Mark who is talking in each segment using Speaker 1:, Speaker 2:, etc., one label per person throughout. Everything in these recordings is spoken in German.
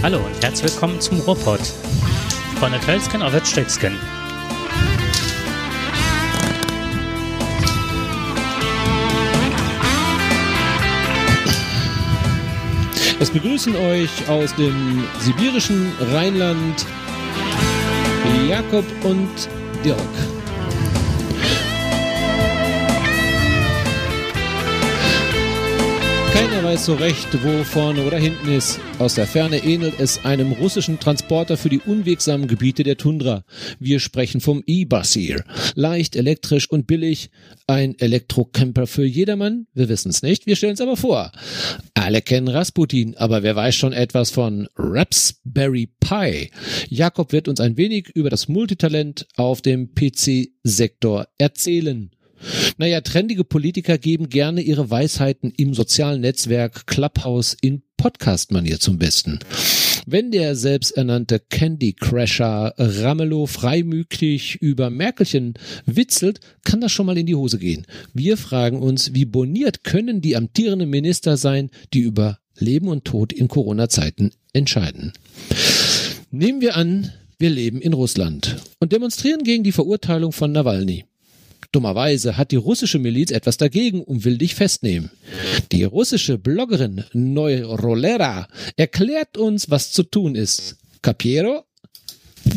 Speaker 1: Hallo und herzlich willkommen zum Ruhrpott. Von der Tölsken auf der Stöcksken.
Speaker 2: Es begrüßen euch aus dem sibirischen Rheinland Jakob und Dirk. Keiner weiß so recht, wo vorne oder hinten ist. Aus der Ferne ähnelt es einem russischen Transporter für die unwegsamen Gebiete der Tundra. Wir sprechen vom E-Basir. Leicht, elektrisch und billig. Ein Elektrocamper für jedermann? Wir wissen es nicht, wir stellen es aber vor. Alle kennen Rasputin, aber wer weiß schon etwas von Raspberry Pi? Jakob wird uns ein wenig über das Multitalent auf dem PC-Sektor erzählen. Naja, trendige Politiker geben gerne ihre Weisheiten im sozialen Netzwerk Clubhouse in Podcast-Manier zum Besten. Wenn der selbsternannte Candy Crasher Ramelow freimütig über Merkelchen witzelt, kann das schon mal in die Hose gehen. Wir fragen uns, wie boniert können die amtierenden Minister sein, die über Leben und Tod in Corona-Zeiten entscheiden. Nehmen wir an, wir leben in Russland und demonstrieren gegen die Verurteilung von Nawalny. Dummerweise hat die russische Miliz etwas dagegen und will dich festnehmen. Die russische Bloggerin Neurolera erklärt uns, was zu tun ist. Capiero?
Speaker 3: I'm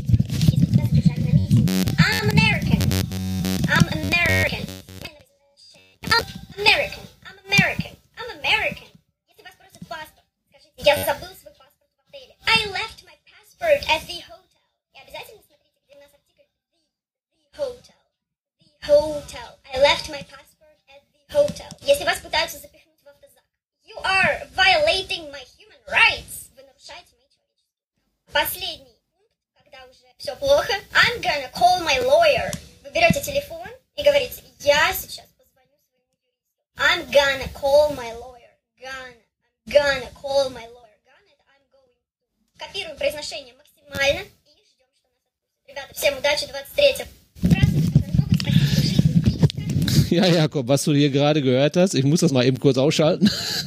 Speaker 3: American. I'm American. I'm American. I'm American. I'm American. Если вас просят паспорт, скажите, я забыл свой паспорт в отеле. I left my passport at the hotel. И обязательно смотрите, где у нас артикль the hotel. Hotel. I left my passport at the hotel. Если вас пытаются запихнуть в автозак, you are violating my human rights. Вы нарушаете мои человеческие права. Последний пункт, когда уже все плохо, I'm gonna call my lawyer. Вы берете телефон и говорите, я сейчас позвоню своему юристу. I'm gonna call my lawyer. I'm gonna call my lawyer. Gonna это I'm going to. Копируем произношение максимально и ждем, что нас отпустят. Ребята, всем удачи 23-го.
Speaker 2: Ja, Jakob, was du hier gerade gehört hast, ich muss das mal eben kurz ausschalten.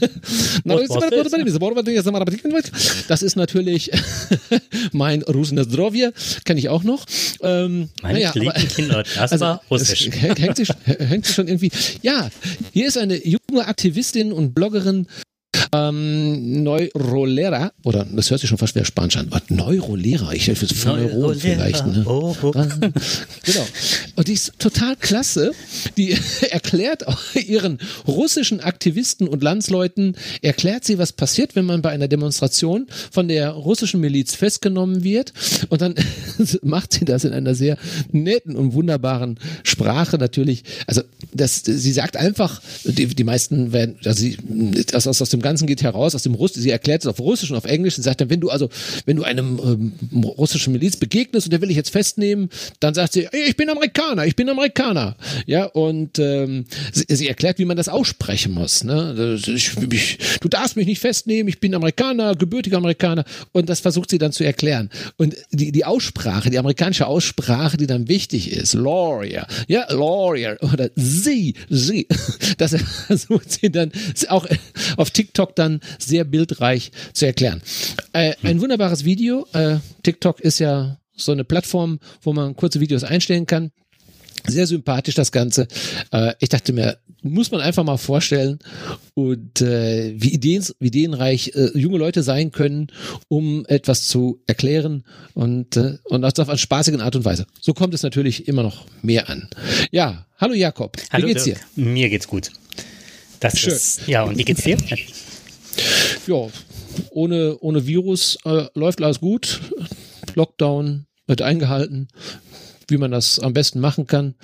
Speaker 2: Das ist natürlich mein Rusnes Zdrovje, kenne ich auch noch.
Speaker 1: Meine geliebten Kinder, das war Russisch.
Speaker 2: Hängt sich schon irgendwie. Ja, hier ist eine junge Aktivistin und Bloggerin, Neurolera, oder das hört sich schon fast wie Spanisch an. Neurolera, ich helfe für Neuronen vielleicht. Ne? Oh. Genau. Und die ist total klasse. Die erklärt auch ihren russischen Aktivisten und Landsleuten, erklärt sie, was passiert, wenn man bei einer Demonstration von der russischen Miliz festgenommen wird. Und dann macht sie das in einer sehr netten und wunderbaren Sprache natürlich. Also sie sagt einfach, die meisten werden, also aus dem Ganzen geht heraus, aus dem Russ, sie erklärt es auf Russisch und auf Englisch und sagt dann, wenn du einem russischen Miliz begegnest und der will dich jetzt festnehmen, dann sagt sie, ich bin Amerikaner. Ja, und sie erklärt, wie man das aussprechen muss. Ne? Du darfst mich nicht festnehmen, ich bin Amerikaner, gebürtiger Amerikaner, und das versucht sie dann zu erklären. Und die Aussprache, die amerikanische Aussprache, die dann wichtig ist, Lawyer, oder sie, das versucht sie dann auch auf TikTok dann sehr bildreich zu erklären. Ein wunderbares Video. TikTok ist ja so eine Plattform, wo man kurze Videos einstellen kann. Sehr sympathisch das Ganze. Ich dachte mir, muss man einfach mal vorstellen, und wie ideenreich junge Leute sein können, um etwas zu erklären, und das auf eine spaßige Art und Weise. So kommt es natürlich immer noch mehr an. Ja, hallo Jakob,
Speaker 1: hallo,
Speaker 2: wie geht's dir?
Speaker 1: Mir geht's gut. Das
Speaker 2: schön.
Speaker 1: Ja, und wie geht's dir?
Speaker 2: Ja, ohne Virus läuft alles gut. Lockdown wird eingehalten, wie man das am besten machen kann.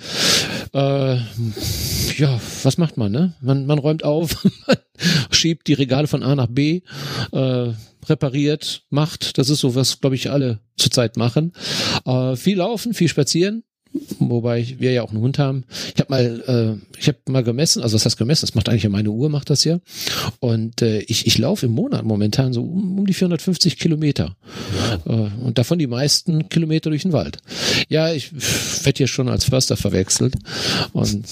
Speaker 2: Ja, was macht man, ne? Man räumt auf, man schiebt die Regale von A nach B, repariert, macht. Das ist so, was, glaube ich, alle zurzeit machen. Viel laufen, viel spazieren. wobei wir ja auch einen Hund haben. Ich habe mal gemessen, also was heißt gemessen? Das macht eigentlich ja meine Uhr, macht das ja. Und ich laufe im Monat momentan so um die 450 Kilometer. Ja. Und davon die meisten Kilometer durch den Wald. Ja, ich werde hier schon als Förster verwechselt. Und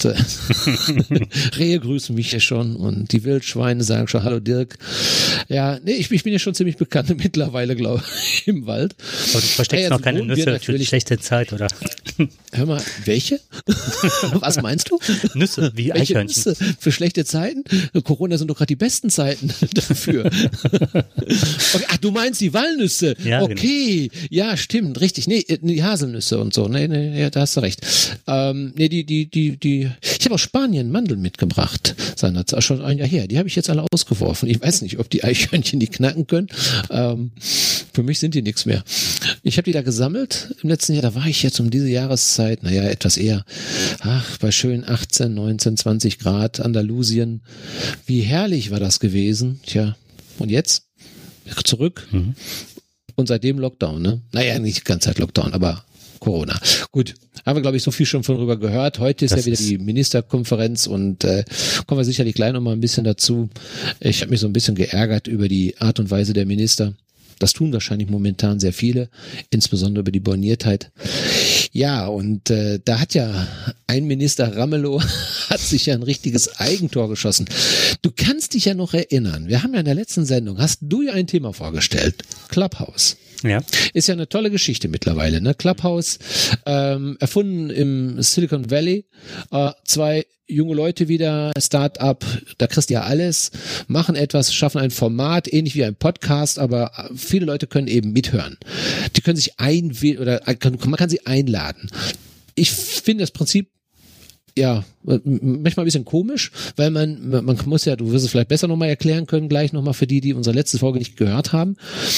Speaker 2: Rehe grüßen mich hier schon und die Wildschweine sagen schon, hallo Dirk. Ja, nee, ich bin ja schon ziemlich bekannt mittlerweile, glaube ich, im Wald.
Speaker 1: Aber du versteckst noch keine Nüsse für die schlechte Zeit, oder?
Speaker 2: Hör mal, welche? Was meinst du?
Speaker 1: Nüsse, wie
Speaker 2: welche
Speaker 1: Eichhörnchen.
Speaker 2: Nüsse für schlechte Zeiten? Corona sind doch gerade die besten Zeiten dafür. Okay, ach, du meinst die Walnüsse?
Speaker 1: Ja,
Speaker 2: okay, genau. Ja, stimmt, richtig. Nee, die Haselnüsse und so. Nee, ja, da hast du recht. Nee, ich habe aus Spanien Mandeln mitgebracht, seinerzeit, schon ein Jahr her. Die habe ich jetzt alle ausgeworfen. Ich weiß nicht, ob die Eichhörnchen die knacken können. Für mich sind die nichts mehr. Ich habe die da gesammelt im letzten Jahr. Da war ich jetzt um diese Jahreszeit, etwas eher, bei schönen 18, 19, 20 Grad, Andalusien. Wie herrlich war das gewesen. Tja, und jetzt? Zurück. Und seitdem Lockdown, ne? Naja, nicht die ganze Zeit Lockdown, aber Corona. Gut, haben wir, glaube ich, so viel schon von drüber gehört. Heute ist ja wieder die Ministerkonferenz und kommen wir sicherlich gleich noch mal ein bisschen dazu. Ich habe mich so ein bisschen geärgert über die Art und Weise der Minister. Das tun wahrscheinlich momentan sehr viele, insbesondere über die Borniertheit. Ja, und da hat ja ein Minister Ramelow hat sich ja ein richtiges Eigentor geschossen. Du kannst dich ja noch erinnern, wir haben ja in der letzten Sendung, hast du ja ein Thema vorgestellt, Clubhouse.
Speaker 1: Ja.
Speaker 2: Ist ja eine tolle Geschichte mittlerweile, ne? Clubhouse, erfunden im Silicon Valley, 2 junge Leute wieder, Start-up, da kriegst du ja alles, machen etwas, schaffen ein Format, ähnlich wie ein Podcast, aber viele Leute können eben mithören. Die können sich einwählen oder man kann sie einladen. Ich finde das Prinzip manchmal ein bisschen komisch, weil man muss ja, du wirst es vielleicht besser nochmal erklären können, gleich nochmal für die unsere letzte Folge nicht gehört haben,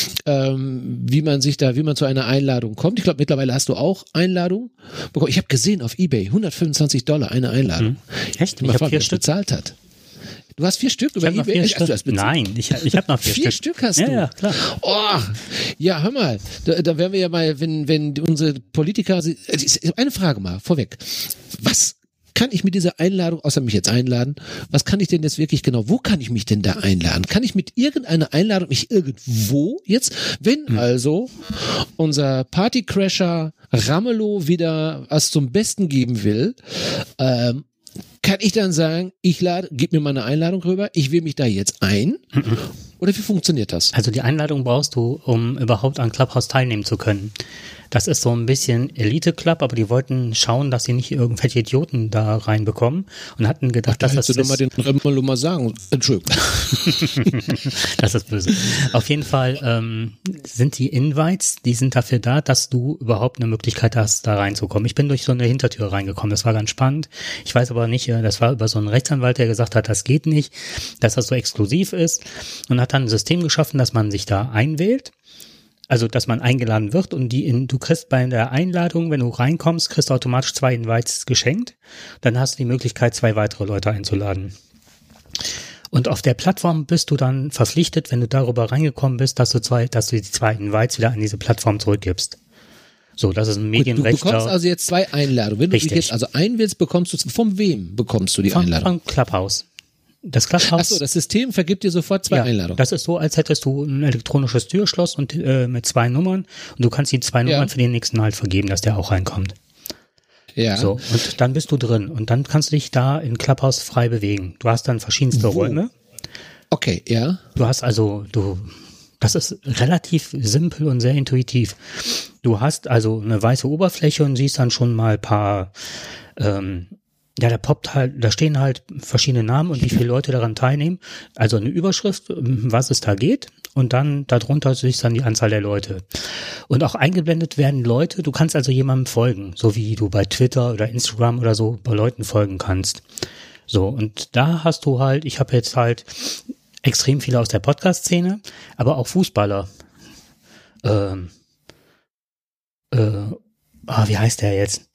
Speaker 2: wie man zu einer Einladung kommt. Ich glaube, mittlerweile hast du auch Einladung bekommen. Ich habe gesehen auf eBay, $125 eine Einladung.
Speaker 1: Echt? Ich habe 4 Stück
Speaker 2: bezahlt hat. Du hast 4 Stück über eBay?
Speaker 1: Nein, ich habe noch 4 Stück.
Speaker 2: 4 Stück hast du?
Speaker 1: Ja, klar.
Speaker 2: Oh, ja, hör mal, da werden wir ja mal, wenn unsere Politiker, eine Frage mal vorweg. Was kann ich mit dieser Einladung, außer mich jetzt einladen, was kann ich denn jetzt wirklich genau, wo kann ich mich denn da einladen? Kann ich mit irgendeiner Einladung mich irgendwo jetzt, wenn also unser Partycrasher Ramelow wieder was zum Besten geben will, kann ich dann sagen, gib mir mal eine Einladung rüber, ich wähle mich da jetzt ein? Oder wie funktioniert das?
Speaker 1: Also die Einladung brauchst du, um überhaupt an Clubhouse teilnehmen zu können. Das ist so ein bisschen Elite-Club, aber die wollten schauen, dass sie nicht irgendwelche Idioten da reinbekommen und hatten gedacht, dass das ist...
Speaker 2: Du mal den Ramelow mal sagen, Entschuldigung.
Speaker 1: Das ist böse. Auf jeden Fall sind die Invites, die sind dafür da, dass du überhaupt eine Möglichkeit hast, da reinzukommen. Ich bin durch so eine Hintertür reingekommen, das war ganz spannend. Ich weiß aber nicht, das war über so einen Rechtsanwalt, der gesagt hat, das geht nicht, dass das so exklusiv ist und hat dann ein System geschaffen, dass man sich da einwählt. Also, dass man eingeladen wird und du kriegst bei der Einladung, wenn du reinkommst, kriegst du automatisch 2 Invites geschenkt. Dann hast du die Möglichkeit, 2 weitere Leute einzuladen. Und auf der Plattform bist du dann verpflichtet, wenn du darüber reingekommen bist, dass du die 2 Invites wieder an diese Plattform zurückgibst. So, das ist ein Medienrecht.
Speaker 2: Du bekommst also jetzt 2 Einladungen. Wenn du dich jetzt also einwählst, bekommst du, von wem bekommst du die Einladung?
Speaker 1: Von Clubhouse. Das Clubhouse.
Speaker 2: Achso, das System vergibt dir sofort 2 Einladungen.
Speaker 1: Das ist so, als hättest du ein elektronisches Türschloss und mit 2 Nummern und du kannst die 2 Nummern für den nächsten halt vergeben, dass der auch reinkommt. Ja. So, und dann bist du drin und dann kannst du dich da in Clubhouse frei bewegen. Du hast dann verschiedenste Räume.
Speaker 2: Okay, ja.
Speaker 1: Du hast das ist relativ simpel und sehr intuitiv. Du hast also eine weiße Oberfläche und siehst dann schon mal ein paar da stehen halt verschiedene Namen und wie viele Leute daran teilnehmen. Also eine Überschrift, was es da geht. Und dann darunter siehst dann die Anzahl der Leute. Und auch eingeblendet werden Leute, du kannst also jemandem folgen. So wie du bei Twitter oder Instagram oder so bei Leuten folgen kannst. So, und da hast du halt, ich habe jetzt halt extrem viele aus der Podcast-Szene, aber auch Fußballer. Wie heißt der jetzt?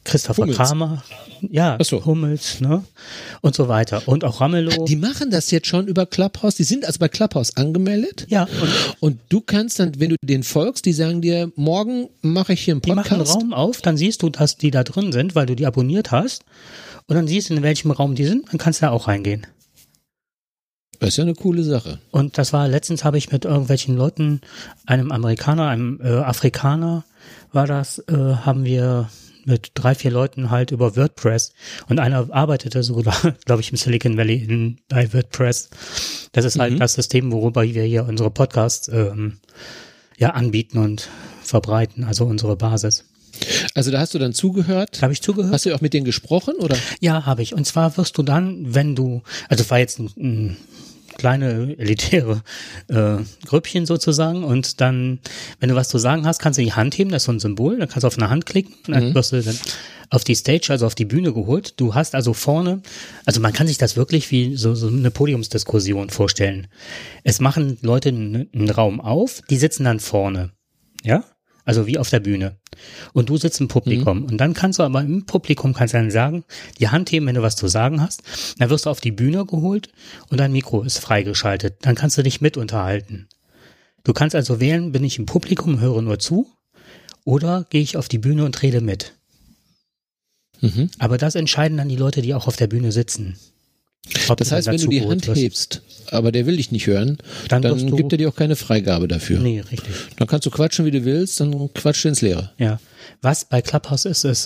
Speaker 1: Christopher
Speaker 2: Hummels.
Speaker 1: Kramer, ja,
Speaker 2: Ach so.
Speaker 1: Hummels, ne? Und so weiter. Und auch Ramelow.
Speaker 2: Die machen das jetzt schon über Clubhouse. Die sind also bei Clubhouse angemeldet.
Speaker 1: Ja,
Speaker 2: Und du kannst dann, wenn du denen folgst, die sagen dir, morgen mache ich hier einen
Speaker 1: die machen
Speaker 2: Podcast.
Speaker 1: Raum auf, dann siehst du, dass die da drin sind, weil du die abonniert hast. Und dann siehst du, in welchem Raum die sind, dann kannst du da auch reingehen.
Speaker 2: Das ist ja eine coole Sache.
Speaker 1: Und das war, letztens habe ich mit irgendwelchen Leuten, einem Amerikaner, einem Afrikaner war das, haben wir mit 3, 4 Leuten halt über WordPress, und einer arbeitete sogar, glaube ich, im Silicon Valley bei WordPress. Das ist halt das System, worüber wir hier unsere Podcasts anbieten und verbreiten, also unsere Basis.
Speaker 2: Also da hast du dann zugehört.
Speaker 1: Habe ich zugehört?
Speaker 2: Hast du auch mit denen gesprochen, oder?
Speaker 1: Ja, habe ich. Und zwar wirst du dann, wenn du, also war jetzt ein kleine elitäre Grüppchen sozusagen, und dann, wenn du was zu sagen hast, kannst du die Hand heben, das ist so ein Symbol, dann kannst du auf eine Hand klicken, und dann wirst du dann auf die Stage, also auf die Bühne geholt. Du hast also vorne, also man kann sich das wirklich wie so eine Podiumsdiskussion vorstellen. Es machen Leute einen Raum auf, die sitzen dann vorne, ja? Also wie auf der Bühne. Und du sitzt im Publikum. Und dann kannst du aber im Publikum kannst du dann sagen, die Hand heben, wenn du was zu sagen hast. Dann wirst du auf die Bühne geholt und dein Mikro ist freigeschaltet. Dann kannst du dich mit unterhalten. Du kannst also wählen, bin ich im Publikum, höre nur zu, oder gehe ich auf die Bühne und rede mit. Aber das entscheiden dann die Leute, die auch auf der Bühne sitzen.
Speaker 2: Das heißt, wenn du die Hand hebst, aber der will dich nicht hören, dann gibt er dir auch keine Freigabe dafür.
Speaker 1: Nee, richtig.
Speaker 2: Dann kannst du quatschen, wie du willst, dann quatsch du ins Leere.
Speaker 1: Ja. Was bei Clubhouse ist,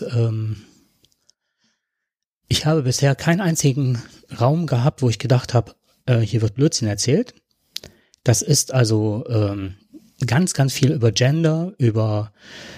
Speaker 1: ich habe bisher keinen einzigen Raum gehabt, wo ich gedacht habe, hier wird Blödsinn erzählt. Das ist also ganz, ganz viel über Gender, über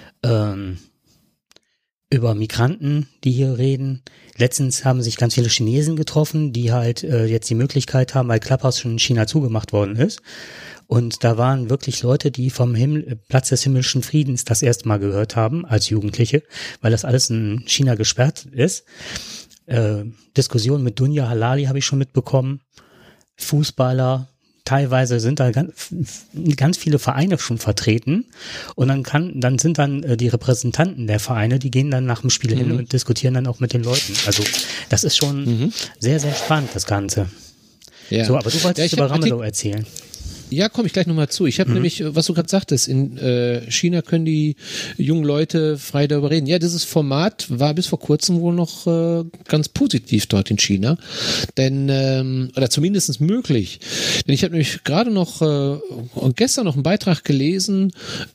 Speaker 1: Migranten, die hier reden. Letztens haben sich ganz viele Chinesen getroffen, die halt jetzt die Möglichkeit haben, weil Clubhouse schon in China zugemacht worden ist. Und da waren wirklich Leute, die vom Platz des himmlischen Friedens das erste Mal gehört haben, als Jugendliche, weil das alles in China gesperrt ist. Diskussionen mit Dunja Halali habe ich schon mitbekommen. Fußballer. Teilweise sind da ganz viele Vereine schon vertreten, und dann sind die Repräsentanten der Vereine, die gehen dann nach dem Spiel hin und diskutieren dann auch mit den Leuten. Also das ist schon sehr, sehr spannend, das Ganze. Ja. So, aber du wolltest über Ramelow erzählen.
Speaker 2: Ja, komme ich gleich nochmal zu. Ich habe nämlich, was du gerade sagtest, in China können die jungen Leute frei darüber reden. Ja, dieses Format war bis vor kurzem wohl noch ganz positiv dort in China, denn oder zumindest möglich. Denn ich habe nämlich gerade noch gestern noch einen Beitrag gelesen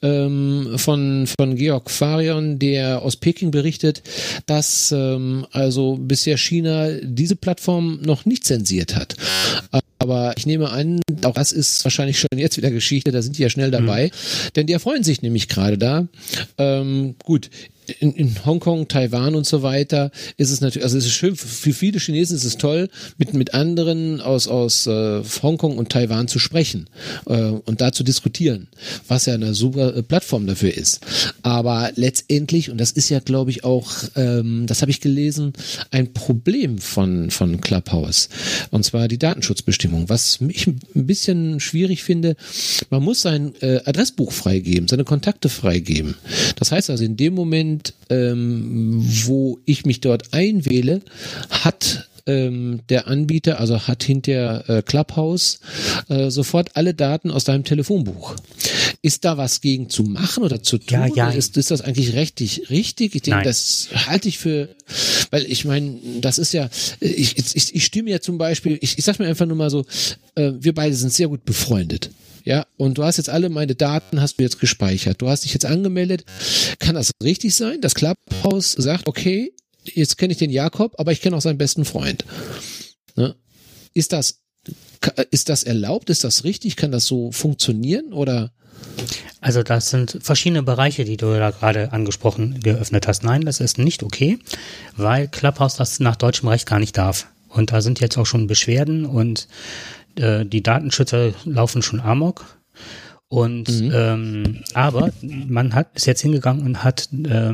Speaker 2: von Georg Farion, der aus Peking berichtet, dass also bisher China diese Plattform noch nicht zensiert hat. Aber ich nehme an, auch das ist wahrscheinlich schon jetzt wieder Geschichte, da sind die ja schnell dabei, denn die erfreuen sich nämlich gerade da. Gut, in Hongkong, Taiwan und so weiter ist es natürlich, also es ist schön, für viele Chinesen ist es toll, mit anderen aus Hongkong und Taiwan zu sprechen und da zu diskutieren, was ja eine super Plattform dafür ist. Aber letztendlich, und das ist ja, glaube ich, auch, das habe ich gelesen, ein Problem von Clubhouse, und zwar die Datenschutzbestimmung. Was ich ein bisschen schwierig finde, man muss sein Adressbuch freigeben, seine Kontakte freigeben. Das heißt also, in dem Moment, wo ich mich dort einwähle, hat der Anbieter, also hat hinter Clubhouse sofort alle Daten aus deinem Telefonbuch. Ist da was gegen zu machen oder zu tun?
Speaker 1: Ja.
Speaker 2: Ist das eigentlich rechtlich richtig? Ich denke, das halte ich für, weil ich meine, das ist ja, ich stimme ja zum Beispiel, ich sag mir einfach nur mal so, wir beide sind sehr gut befreundet. Ja, und du hast jetzt alle meine Daten, hast du jetzt gespeichert. Du hast dich jetzt angemeldet. Kann das richtig sein, dass Clubhouse sagt, okay, jetzt kenne ich den Jakob, aber ich kenne auch seinen besten Freund? Ne? Ist das erlaubt? Ist das richtig? Kann das so funktionieren, oder?
Speaker 1: Also das sind verschiedene Bereiche, die du da gerade geöffnet hast. Nein, das ist nicht okay, weil Clubhouse das nach deutschem Recht gar nicht darf. Und da sind jetzt auch schon Beschwerden, und die Datenschützer laufen schon amok. Und aber man ist jetzt hingegangen und hat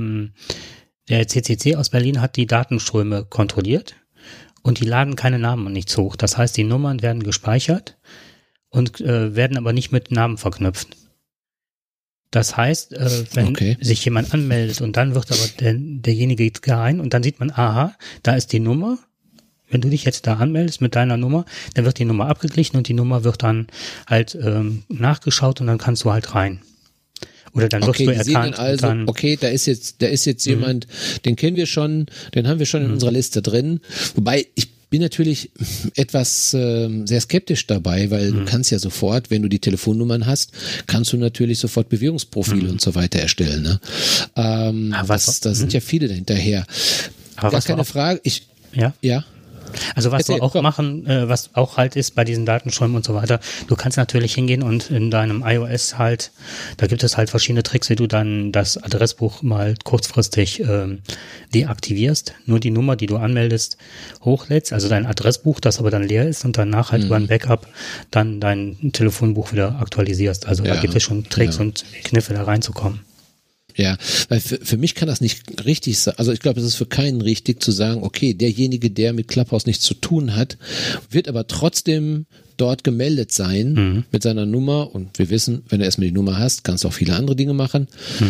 Speaker 1: der CCC aus Berlin hat die Datenströme kontrolliert, und die laden keine Namen und nichts hoch. Das heißt, die Nummern werden gespeichert und werden aber nicht mit Namen verknüpft. Das heißt, wenn sich jemand anmeldet und dann wird aber derjenige geht rein und dann sieht man, aha, da ist die Nummer. Wenn du dich jetzt da anmeldest mit deiner Nummer, dann wird die Nummer abgeglichen und die Nummer wird dann halt nachgeschaut und dann kannst du halt rein. Oder dann wirst du erkannt.
Speaker 2: Also, da ist jetzt jemand, den kennen wir schon, den haben wir schon in unserer Liste drin. Wobei, ich bin natürlich etwas sehr skeptisch dabei, weil du kannst ja sofort, wenn du die Telefonnummern hast, kannst du natürlich sofort Bewegungsprofile und so weiter erstellen. Ne? Da sind ja viele dahinterher.
Speaker 1: Aber
Speaker 2: gar keine Frage. Ja.
Speaker 1: Also was wir auch machen, was auch halt ist bei diesen Datenströmen und so weiter, du kannst natürlich hingehen und in deinem iOS halt, da gibt es halt verschiedene Tricks, wie du dann das Adressbuch mal kurzfristig deaktivierst, nur die Nummer, die du anmeldest, hochlädst, also dein Adressbuch, das aber dann leer ist und danach halt über ein Backup dann dein Telefonbuch wieder aktualisierst. Also da gibt es schon Tricks und Kniffe, da reinzukommen.
Speaker 2: Ja, weil für mich kann das nicht richtig sein. Also ich glaube, es ist für keinen richtig zu sagen, okay, derjenige, der mit Clubhouse nichts zu tun hat, wird aber trotzdem dort gemeldet sein mit seiner Nummer. Und wir wissen, wenn du erstmal die Nummer hast, kannst du auch viele andere Dinge machen.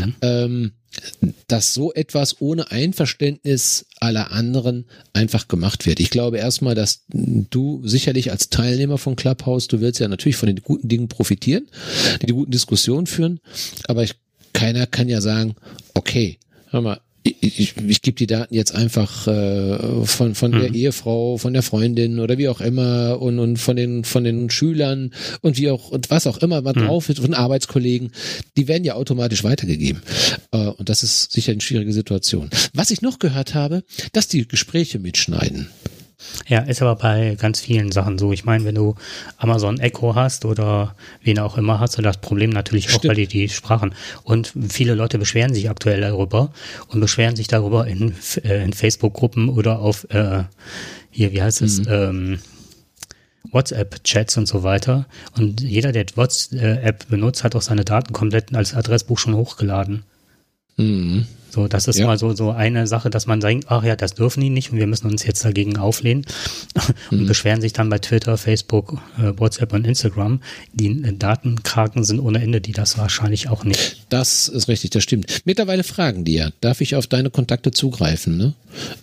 Speaker 2: Dass so etwas ohne Einverständnis aller anderen einfach gemacht wird. Ich glaube erstmal, dass du sicherlich als Teilnehmer von Clubhouse, du willst ja natürlich von den guten Dingen profitieren, die guten Diskussionen führen, aber keiner kann ja sagen, okay, hör mal, ich gebe die Daten jetzt einfach von der Ehefrau, von der Freundin oder wie auch immer und von den Schülern und was auch immer mal drauf ist, von Arbeitskollegen, die werden ja automatisch weitergegeben. Und das ist sicher eine schwierige Situation. Was ich noch gehört habe, dass die Gespräche mitschneiden.
Speaker 1: Ja, ist aber bei ganz vielen Sachen so. Ich meine, wenn du Amazon Echo hast oder wen auch immer, hast du das Problem natürlich auch, weil die Sprachen. Und viele Leute beschweren sich aktuell darüber und beschweren sich darüber in Facebook-Gruppen oder auf, WhatsApp-Chats und so weiter. Und jeder, der WhatsApp benutzt, hat auch seine Daten komplett als Adressbuch schon hochgeladen. So, das ist mal so eine Sache, dass man denkt, ach ja, das dürfen die nicht und wir müssen uns jetzt dagegen auflehnen und beschweren sich dann bei Twitter, Facebook, WhatsApp und Instagram. Die Datenkraken sind ohne Ende, die das wahrscheinlich auch nicht.
Speaker 2: Das ist richtig, das stimmt. Mittlerweile fragen die ja, darf ich auf deine Kontakte zugreifen, ne?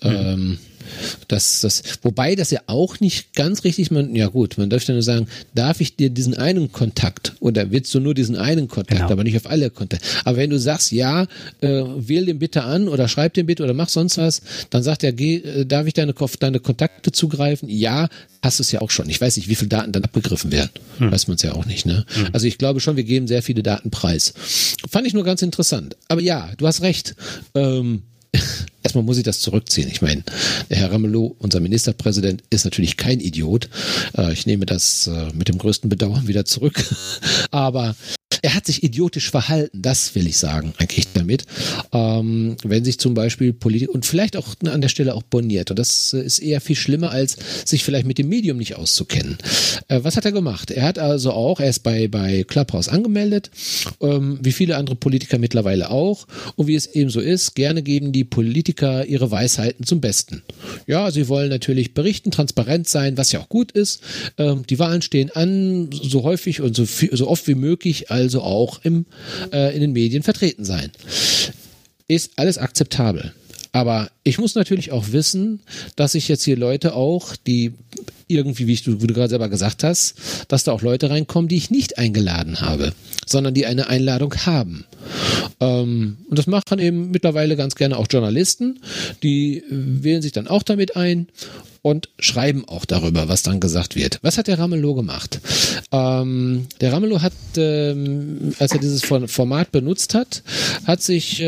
Speaker 2: Wobei das ja auch nicht ganz richtig, man dürfte nur sagen, darf ich dir diesen einen Kontakt oder willst du nur diesen einen Kontakt, aber nicht auf alle Kontakte. Aber wenn du sagst, wähl den bitte an oder schreib den bitte oder mach sonst was, dann sagt er, darf ich auf deine Kontakte zugreifen? Ja, hast du es ja auch schon. Ich weiß nicht, wie viele Daten dann abgegriffen werden. Weiß man es ja auch nicht, ne? Also ich glaube schon, wir geben sehr viele Daten preis. Fand ich nur ganz interessant. Aber ja, du hast recht. Erstmal muss ich das zurückziehen. Ich meine, der Herr Ramelow, unser Ministerpräsident, ist natürlich kein Idiot. Ich nehme das mit dem größten Bedauern wieder zurück. Aber er hat sich idiotisch verhalten, das will ich sagen, eigentlich damit. Wenn sich zum Beispiel Politik und vielleicht auch an der Stelle auch boniert. Und das ist eher viel schlimmer, als sich vielleicht mit dem Medium nicht auszukennen. Was hat er gemacht? Er ist bei Clubhouse angemeldet, wie viele andere Politiker mittlerweile auch. Und wie es eben so ist, gerne geben die Politiker ihre Weisheiten zum Besten. Ja, sie wollen natürlich berichten, transparent sein, was ja auch gut ist. Die Wahlen stehen an, so häufig und so oft wie möglich, also auch in den Medien vertreten sein. Ist alles akzeptabel. Aber ich muss natürlich auch wissen, dass ich jetzt hier Leute auch, die irgendwie, wie du gerade selber gesagt hast, dass da auch Leute reinkommen, die ich nicht eingeladen habe, sondern die eine Einladung haben. Und das machen eben mittlerweile ganz gerne auch Journalisten, die wählen sich dann auch damit ein und schreiben auch darüber, was dann gesagt wird. Was hat der Ramelow gemacht? Der Ramelow hat, als er dieses Format benutzt hat, hat sich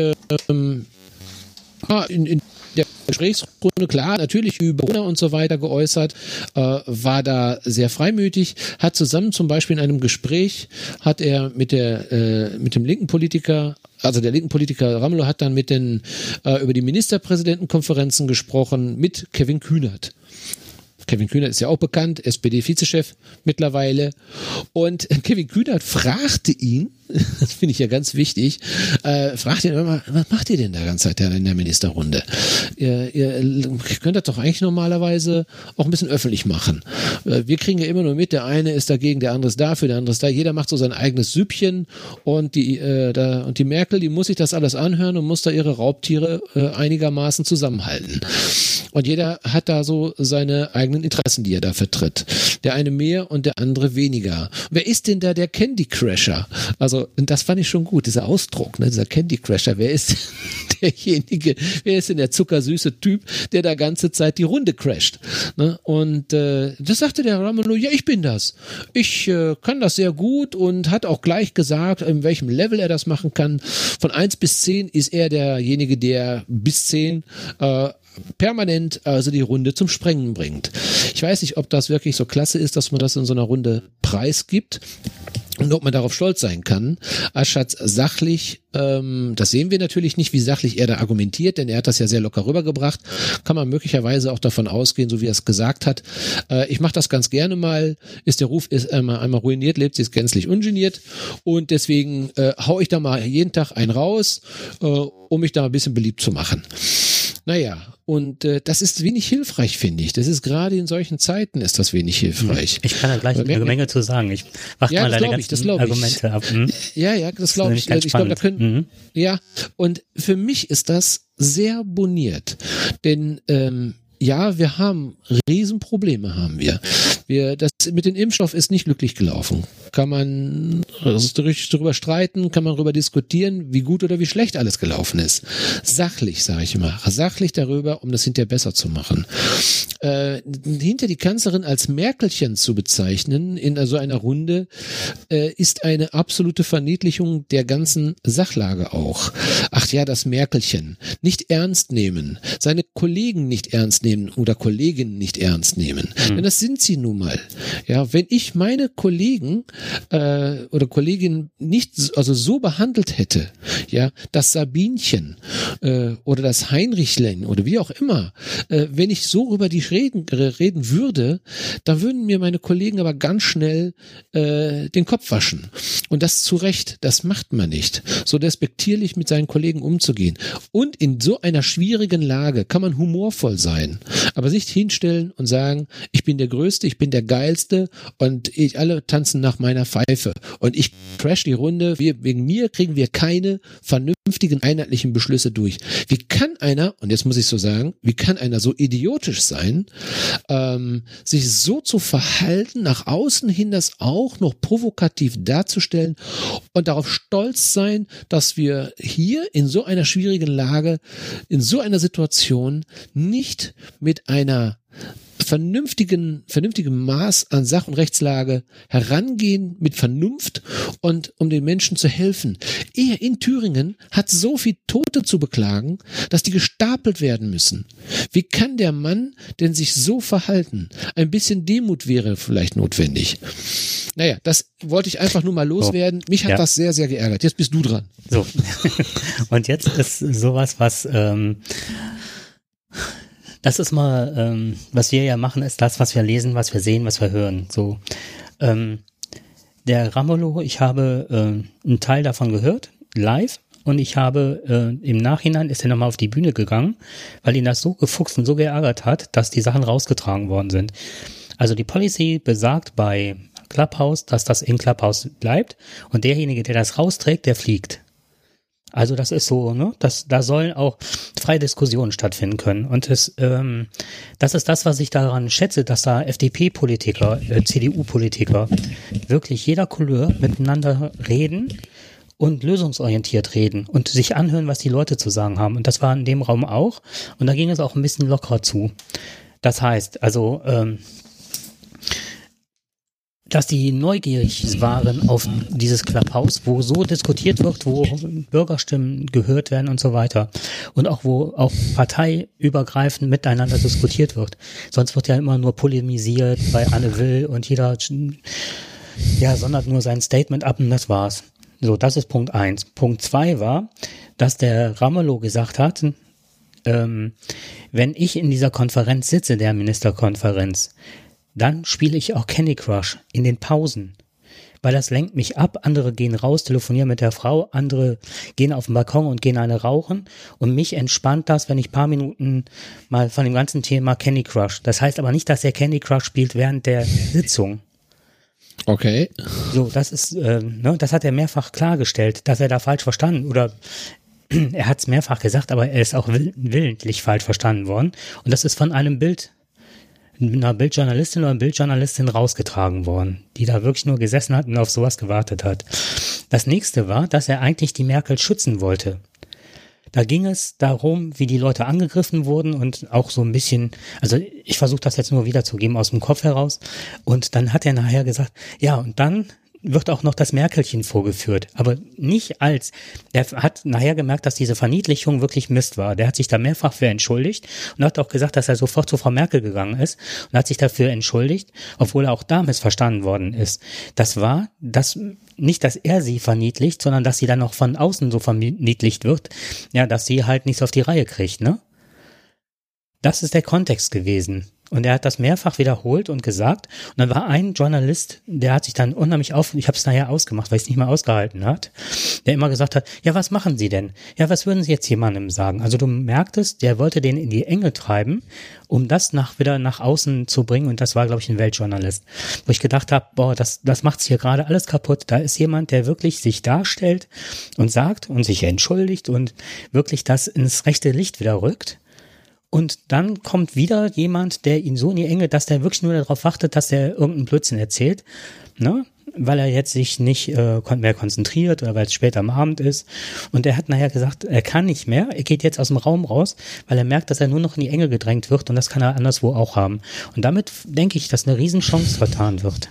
Speaker 2: in der Gesprächsrunde klar natürlich über Corona und so weiter geäußert, war da sehr freimütig, hat zusammen zum Beispiel in einem Gespräch, hat er mit dem linken Politiker, also der linken Politiker Ramelow hat dann über die Ministerpräsidentenkonferenzen gesprochen mit Kevin Kühnert. Kevin Kühnert ist ja auch bekannt, SPD-Vizechef mittlerweile. Und Kevin Kühnert fragte ihn, das finde ich ja ganz wichtig, fragt ihn immer, was macht ihr denn da ganze Zeit in der Ministerrunde? Ihr könnt das doch eigentlich normalerweise auch ein bisschen öffentlich machen. Wir kriegen ja immer nur mit, der eine ist dagegen, der andere ist dafür, der andere ist da. Jeder macht so sein eigenes Süppchen und die Merkel, die muss sich das alles anhören und muss da ihre Raubtiere einigermaßen zusammenhalten. Und jeder hat da so seine eigenen Interessen, die er da vertritt. Der eine mehr und der andere weniger. Wer ist denn da der Candy Crasher? Also, das fand ich schon gut, dieser Ausdruck, ne, dieser Candy Crasher. Wer ist derjenige, wer ist denn der zuckersüße Typ, der da ganze Zeit die Runde crasht? Ne? Und das sagte der Ramelow, ja, ich bin das. Ich kann das sehr gut und hat auch gleich gesagt, in welchem Level er das machen kann. Von 1 bis 10 ist er derjenige, der bis 10 permanent also die Runde zum Sprengen bringt. Ich weiß nicht, ob das wirklich so klasse ist, dass man das in so einer Runde preisgibt und ob man darauf stolz sein kann. Aschatz sachlich, das sehen wir natürlich nicht, wie sachlich er da argumentiert, denn er hat das ja sehr locker rübergebracht. Kann man möglicherweise auch davon ausgehen, so wie er es gesagt hat. Ich mache das ganz gerne mal, ist der Ruf ist einmal ruiniert, lebt sie ist gänzlich ungeniert und deswegen hau ich da mal jeden Tag einen raus, um mich da ein bisschen beliebt zu machen. Naja, und das ist wenig hilfreich, finde ich. Das ist gerade in solchen Zeiten ist das wenig hilfreich.
Speaker 1: Ich kann da gleich eine Menge zu sagen. Ich warte mal deine ganzen Argumente ab.
Speaker 2: Ja, das glaube ich. Ich glaube, da können. Ja, und für mich ist das sehr boniert, denn ja, wir haben Riesenprobleme, haben wir. Das mit dem Impfstoff ist nicht glücklich gelaufen. Kann man darüber streiten, kann man darüber diskutieren, wie gut oder wie schlecht alles gelaufen ist. Sachlich, sage ich immer. Sachlich darüber, um das hinterher besser zu machen. Hinter die Kanzlerin als Merkelchen zu bezeichnen in so einer Runde ist eine absolute Verniedlichung der ganzen Sachlage auch. Ach ja, das Merkelchen. Nicht ernst nehmen. Seine Kollegen nicht ernst nehmen oder Kolleginnen nicht ernst nehmen. Denn das sind sie nun mal. Ja, wenn ich meine Kollegen oder Kolleginnen nicht so behandelt hätte, ja, das Sabinchen oder das Heinrichlein oder wie auch immer, wenn ich so über die reden würde, dann würden mir meine Kollegen aber ganz schnell den Kopf waschen. Und das zu Recht, das macht man nicht. So despektierlich mit seinen Kollegen umzugehen. Und in so einer schwierigen Lage kann man humorvoll sein, aber sich hinstellen und sagen, ich bin der Größte, ich bin der Geilste und alle tanzen nach meiner Pfeife und ich crash die Runde, wegen mir kriegen wir keine vernünftigen, einheitlichen Beschlüsse durch. Wie kann einer, und jetzt muss ich so sagen, wie kann einer so idiotisch sein, sich so zu verhalten, nach außen hin das auch noch provokativ darzustellen und darauf stolz sein, dass wir hier in so einer schwierigen Lage, in so einer Situation nicht mit einer vernünftigen Maß an Sach- und Rechtslage herangehen mit Vernunft und um den Menschen zu helfen. Er in Thüringen hat so viel Tote zu beklagen, dass die gestapelt werden müssen. Wie kann der Mann denn sich so verhalten? Ein bisschen Demut wäre vielleicht notwendig. Naja, das wollte ich einfach nur mal loswerden. Mich hat das sehr, sehr geärgert. Jetzt bist du dran.
Speaker 1: So. Und jetzt ist sowas, was das ist mal, was wir ja machen, ist das, was wir lesen, was wir sehen, was wir hören. So, der Ramelow, ich habe einen Teil davon gehört, live, und ich habe im Nachhinein ist er nochmal auf die Bühne gegangen, weil ihn das so gefuchst und so geärgert hat, dass die Sachen rausgetragen worden sind. Also die Policy besagt bei Clubhouse, dass das in Clubhouse bleibt und derjenige, der das rausträgt, der fliegt. Also das ist so, ne? Da sollen auch freie Diskussionen stattfinden können. Und das ist das, was ich daran schätze, dass da FDP-Politiker, CDU-Politiker, wirklich jeder Couleur miteinander reden und lösungsorientiert reden und sich anhören, was die Leute zu sagen haben. Und das war in dem Raum auch. Und da ging es auch ein bisschen lockerer zu. Das heißt, also dass die neugierig waren auf dieses Clubhouse, wo so diskutiert wird, wo Bürgerstimmen gehört werden und so weiter. Und auch wo auch parteiübergreifend miteinander diskutiert wird. Sonst wird ja immer nur polemisiert bei Anne Will und jeder sondert nur sein Statement ab und das war's. So, das ist Punkt 1. Punkt 2 war, dass der Ramelow gesagt hat, wenn ich in dieser Konferenz sitze, der Ministerkonferenz, dann spiele ich auch Candy Crush in den Pausen. weil das lenkt mich ab. Andere gehen raus, telefonieren mit der Frau, andere gehen auf den Balkon und gehen eine rauchen und mich entspannt das, wenn ich ein paar Minuten mal von dem ganzen Thema Candy Crush. Das heißt aber nicht, dass er Candy Crush spielt während der Sitzung.
Speaker 2: Okay.
Speaker 1: So, das ist, das hat er mehrfach klargestellt, dass er da falsch verstanden oder er hat es mehrfach gesagt, aber er ist auch willentlich falsch verstanden worden. Und das ist von einer Bildjournalistin oder Bildjournalistin rausgetragen worden, die da wirklich nur gesessen hat und auf sowas gewartet hat. Das nächste war, dass er eigentlich die Merkel schützen wollte. Da ging es darum, wie die Leute angegriffen wurden und auch so ein bisschen, also ich versuche das jetzt nur wiederzugeben aus dem Kopf heraus. Und dann hat er nachher gesagt, ja, und dann wird auch noch das Merkelchen vorgeführt, aber nicht als, er hat nachher gemerkt, dass diese Verniedlichung wirklich Mist war. Der hat sich da mehrfach für entschuldigt und hat auch gesagt, dass er sofort zu Frau Merkel gegangen ist und hat sich dafür entschuldigt, obwohl er auch da missverstanden worden ist. Das war nicht, dass er sie verniedlicht, sondern dass sie dann noch von außen so verniedlicht wird, ja, dass sie halt nichts auf die Reihe kriegt, ne? Das ist der Kontext gewesen. Und er hat das mehrfach wiederholt und gesagt. Und dann war ein Journalist, der hat sich dann unheimlich ich habe es nachher ausgemacht, weil ich es nicht mehr ausgehalten hat, der immer gesagt hat, ja, was machen Sie denn? Ja, was würden Sie jetzt jemandem sagen? Also du merktest, der wollte den in die Enge treiben, um das wieder nach außen zu bringen. Und das war, glaube ich, ein Weltjournalist. Wo ich gedacht habe, boah, das macht's hier gerade alles kaputt. Da ist jemand, der wirklich sich darstellt und sagt und sich entschuldigt und wirklich das ins rechte Licht wieder rückt. Und dann kommt wieder jemand, der ihn so in die Enge, dass der wirklich nur darauf wartet, dass er irgendeinen Blödsinn erzählt, ne? Weil er jetzt sich nicht mehr konzentriert oder weil es später am Abend ist. Und er hat nachher gesagt, er kann nicht mehr, er geht jetzt aus dem Raum raus, weil er merkt, dass er nur noch in die Enge gedrängt wird und das kann er anderswo auch haben. Und damit denke ich, dass eine Riesenchance vertan wird.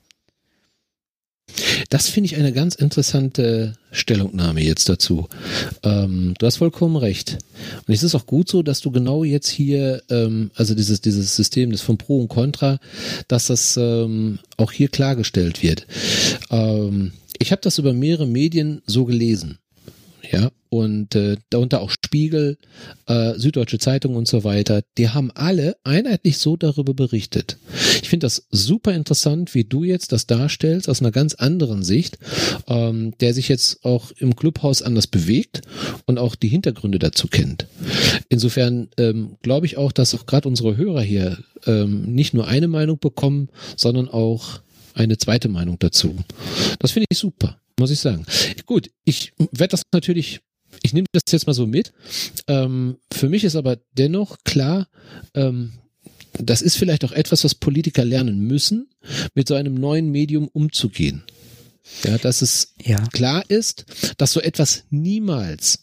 Speaker 2: Das finde ich eine ganz interessante Stellungnahme jetzt dazu. Du hast vollkommen recht. Und es ist auch gut so, dass du genau jetzt hier, also dieses System des von Pro und Contra, dass das auch hier klargestellt wird. Ich habe das über mehrere Medien so gelesen. Ja, und darunter auch Spiegel, Süddeutsche Zeitung und so weiter, die haben alle einheitlich so darüber berichtet. Ich finde das super interessant, wie du jetzt das darstellst, aus einer ganz anderen Sicht, der sich jetzt auch im Clubhaus anders bewegt und auch die Hintergründe dazu kennt. Insofern glaube ich auch, dass auch gerade unsere Hörer hier nicht nur eine Meinung bekommen, sondern auch eine zweite Meinung dazu. Das finde ich super. Muss ich sagen. Gut, ich werde das natürlich, ich nehme das jetzt mal so mit. Für mich ist aber dennoch klar, das ist vielleicht auch etwas, was Politiker lernen müssen, mit so einem neuen Medium umzugehen. Ja, dass es klar ist, dass so etwas niemals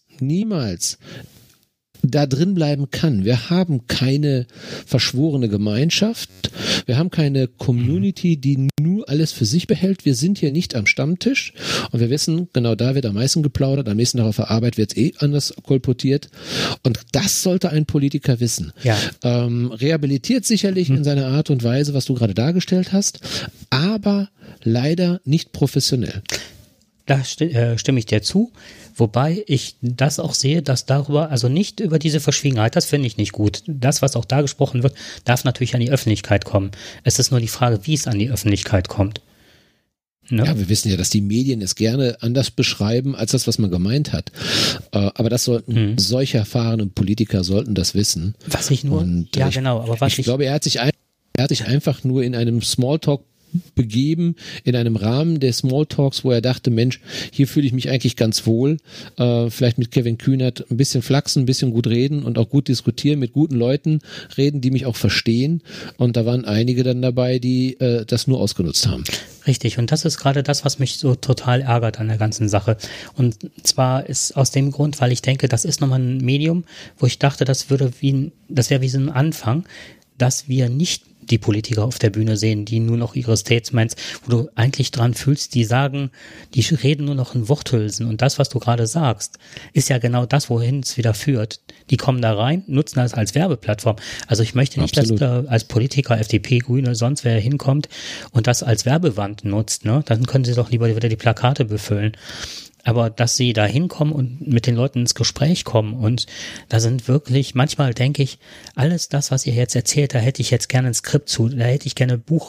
Speaker 2: da drin bleiben kann. Wir haben keine verschworene Gemeinschaft, wir haben keine Community, die nur alles für sich behält. Wir sind hier nicht am Stammtisch und wir wissen, genau da wird am meisten geplaudert, am nächsten Tag auf der Arbeit wird es anders kolportiert und das sollte ein Politiker wissen. Ja. Rehabilitiert sicherlich in seiner Art und Weise, was du gerade dargestellt hast, aber leider nicht professionell.
Speaker 1: Da stimme ich dir zu, wobei ich das auch sehe, dass darüber, also nicht über diese Verschwiegenheit, das finde ich nicht gut. Das, was auch da gesprochen wird, darf natürlich an die Öffentlichkeit kommen. Es ist nur die Frage, wie es an die Öffentlichkeit kommt. Ne?
Speaker 2: Ja, wir wissen ja, dass die Medien es gerne anders beschreiben, als das, was man gemeint hat. Aber das sollten solche erfahrenen Politiker sollten das wissen.
Speaker 1: Was ich nur,
Speaker 2: ich glaube, er hat sich einfach nur in einem Smalltalk begeben, in einem Rahmen der Smalltalks, wo er dachte, Mensch, hier fühle ich mich eigentlich ganz wohl, vielleicht mit Kevin Kühnert ein bisschen flachsen, ein bisschen gut reden und auch gut diskutieren, mit guten Leuten reden, die mich auch verstehen, und da waren einige dann dabei, die das nur ausgenutzt haben.
Speaker 1: Richtig, und das ist gerade das, was mich so total ärgert an der ganzen Sache. Und zwar ist aus dem Grund, weil ich denke, das ist nochmal ein Medium, wo ich dachte, das wäre wie so ein Anfang, dass wir nicht die Politiker auf der Bühne sehen, die nur noch ihre Statements, wo du eigentlich dran fühlst, die reden nur noch in Worthülsen, und das, was du gerade sagst, ist ja genau das, wohin es wieder führt. Die kommen da rein, nutzen das als Werbeplattform. Also ich möchte nicht, dass da als Politiker, FDP, Grüne, sonst wer hinkommt und das als Werbewand nutzt, ne? Dann können sie doch lieber wieder die Plakate befüllen. Aber dass sie da hinkommen und mit den Leuten ins Gespräch kommen, und da sind wirklich, manchmal denke ich, alles das, was ihr jetzt erzählt, da hätte ich jetzt gerne ein Skript zu, da hätte ich gerne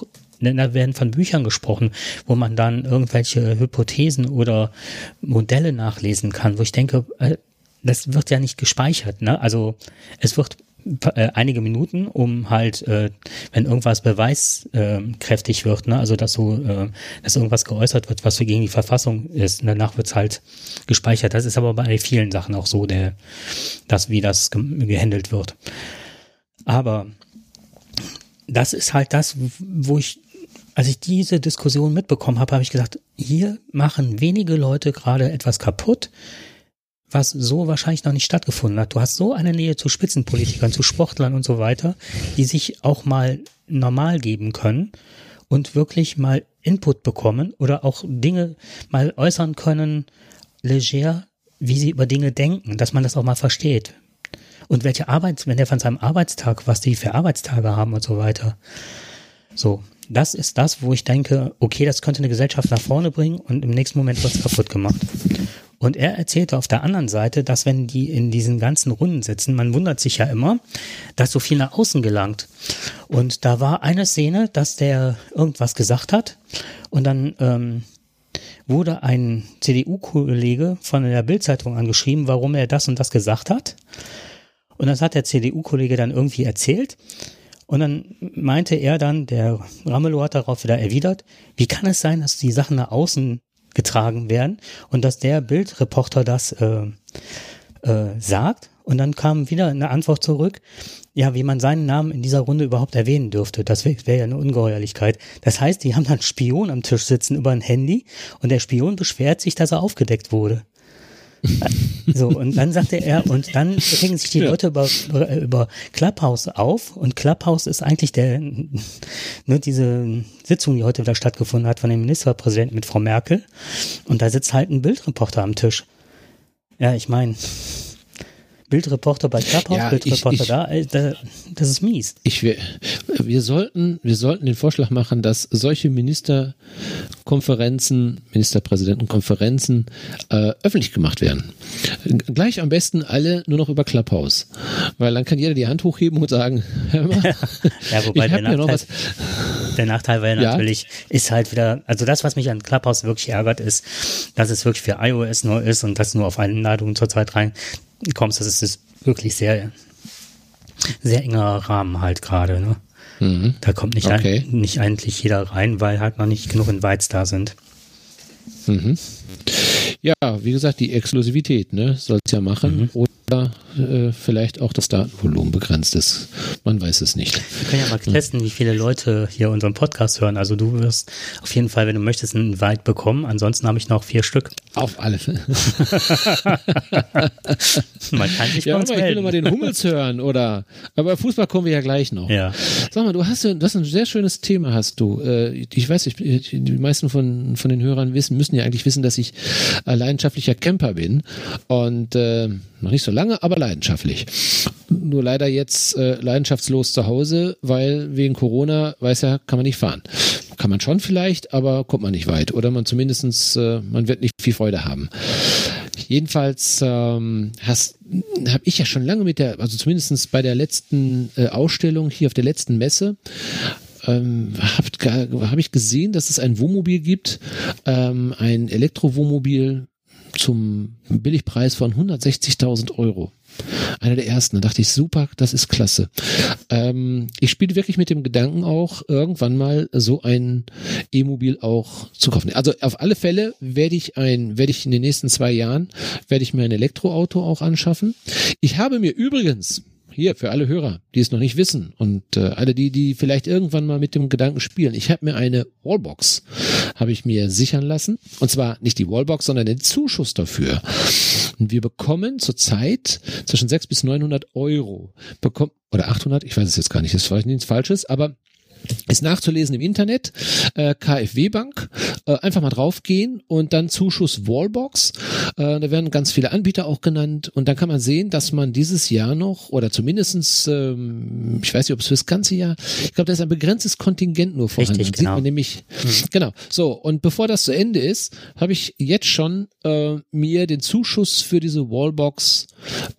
Speaker 1: da werden von Büchern gesprochen, wo man dann irgendwelche Hypothesen oder Modelle nachlesen kann, wo ich denke, das wird ja nicht gespeichert, ne? Also es wird einige Minuten, um halt, wenn irgendwas beweiskräftig wird, ne, also dass irgendwas geäußert wird, was gegen die Verfassung ist, und danach wird's halt gespeichert. Das ist aber bei vielen Sachen auch so, wie das gehandelt wird. Aber das ist halt das, als ich diese Diskussion mitbekommen habe, habe ich gesagt, hier machen wenige Leute gerade etwas kaputt, was so wahrscheinlich noch nicht stattgefunden hat. Du hast so eine Nähe zu Spitzenpolitikern, zu Sportlern und so weiter, die sich auch mal normal geben können und wirklich mal Input bekommen oder auch Dinge mal äußern können, leger, wie sie über Dinge denken, dass man das auch mal versteht. Und wenn der von seinem Arbeitstag, was die für Arbeitstage haben und so weiter. So, das ist das, wo ich denke, okay, das könnte eine Gesellschaft nach vorne bringen und im nächsten Moment wird es kaputt gemacht. Und er erzählte auf der anderen Seite, dass wenn die in diesen ganzen Runden sitzen, man wundert sich ja immer, dass so viel nach außen gelangt. Und da war eine Szene, dass der irgendwas gesagt hat und dann wurde ein CDU-Kollege von der Bild-Zeitung angeschrieben, warum er das und das gesagt hat. Und das hat der CDU-Kollege dann irgendwie erzählt. Und dann meinte er dann, der Ramelow hat darauf wieder erwidert, wie kann es sein, dass die Sachen nach außen getragen werden und dass der Bildreporter das sagt. Und dann kam wieder eine Antwort zurück, ja, wie man seinen Namen in dieser Runde überhaupt erwähnen dürfte. Das wäre ja eine Ungeheuerlichkeit. Das heißt, die haben dann einen Spion am Tisch sitzen über ein Handy und der Spion beschwert sich, dass er aufgedeckt wurde. So, und dann sagte er, und dann regen sich die Leute über Clubhouse auf und Clubhouse ist eigentlich nur diese Sitzung, die heute wieder stattgefunden hat von dem Ministerpräsidenten mit Frau Merkel und da sitzt halt ein Bildreporter am Tisch. Ja, ich meine, Bildreporter bei Clubhouse, ja, Bildreporter das ist mies.
Speaker 2: Wir sollten den Vorschlag machen, dass solche Ministerpräsidentenkonferenzen öffentlich gemacht werden. Gleich am besten alle nur noch über Clubhouse. Weil dann kann jeder die Hand hochheben und sagen, hör mal,
Speaker 1: ja, wobei der Nachteil wäre natürlich, ist halt wieder, also das, was mich an Clubhouse wirklich ärgert, ist, dass es wirklich für iOS nur ist und dass nur auf Einladungen zurzeit reinkommst, das ist wirklich sehr, sehr enger Rahmen halt gerade, ne? Mhm. Da kommt nicht eigentlich jeder rein, weil halt noch nicht genug Invites da sind.
Speaker 2: Mhm. Ja, wie gesagt, die Exklusivität, ne, soll es ja machen. Oder vielleicht auch das Datenvolumen begrenzt ist. Man weiß es nicht.
Speaker 1: Wir können ja mal testen, wie viele Leute hier unseren Podcast hören. Also du wirst auf jeden Fall, wenn du möchtest, einen Invite bekommen. Ansonsten habe ich noch 4 Stück.
Speaker 2: Auf alle Fälle.
Speaker 1: Man kann sich bei uns melden.
Speaker 2: Ich will noch mal den Hummels hören, oder? Aber Fußball kommen wir ja gleich noch.
Speaker 1: Ja.
Speaker 2: Sag mal, du hast ein sehr schönes Thema, hast du. Ich weiß, die meisten von den Hörern müssen ja eigentlich wissen, dass ich leidenschaftlicher Camper bin und noch nicht so lange, aber leidenschaftlich. Nur leider jetzt leidenschaftslos zu Hause, weil wegen Corona, kann man nicht fahren. Kann man schon vielleicht, aber kommt man nicht weit. Oder man zumindestens, man wird nicht viel Freude haben. Jedenfalls habe ich ja schon lange also zumindest bei der letzten Ausstellung hier auf der letzten Messe, habe ich gesehen, dass es ein Wohnmobil gibt, ein Elektrowohnmobil zum Billigpreis von 160.000 Euro. Einer der ersten. Da dachte ich, super, das ist klasse. Ich spiele wirklich mit dem Gedanken auch, irgendwann mal so ein E-Mobil auch zu kaufen. Also auf alle Fälle werde ich in den nächsten 2 Jahren mir ein Elektroauto auch anschaffen. Ich habe mir übrigens hier für alle Hörer, die es noch nicht wissen und alle die vielleicht irgendwann mal mit dem Gedanken spielen. Ich habe mir eine Wallbox, habe ich mir sichern lassen. Und zwar nicht die Wallbox, sondern den Zuschuss dafür. Und wir bekommen zurzeit zwischen 600 bis 900 Euro. Oder 800, ich weiß es jetzt gar nicht, das war nichts Falsches, aber ist nachzulesen im Internet, KfW Bank, einfach mal draufgehen und dann Zuschuss Wallbox, da werden ganz viele Anbieter auch genannt und dann kann man sehen, dass man dieses Jahr noch oder zumindestens, ich weiß nicht, ob es für das ganze Jahr, ich glaube, da ist ein begrenztes Kontingent nur vorhanden.
Speaker 1: Richtig, genau.
Speaker 2: Sieht man nämlich, genau, so und bevor das zu Ende ist, habe ich jetzt schon mir den Zuschuss für diese Wallbox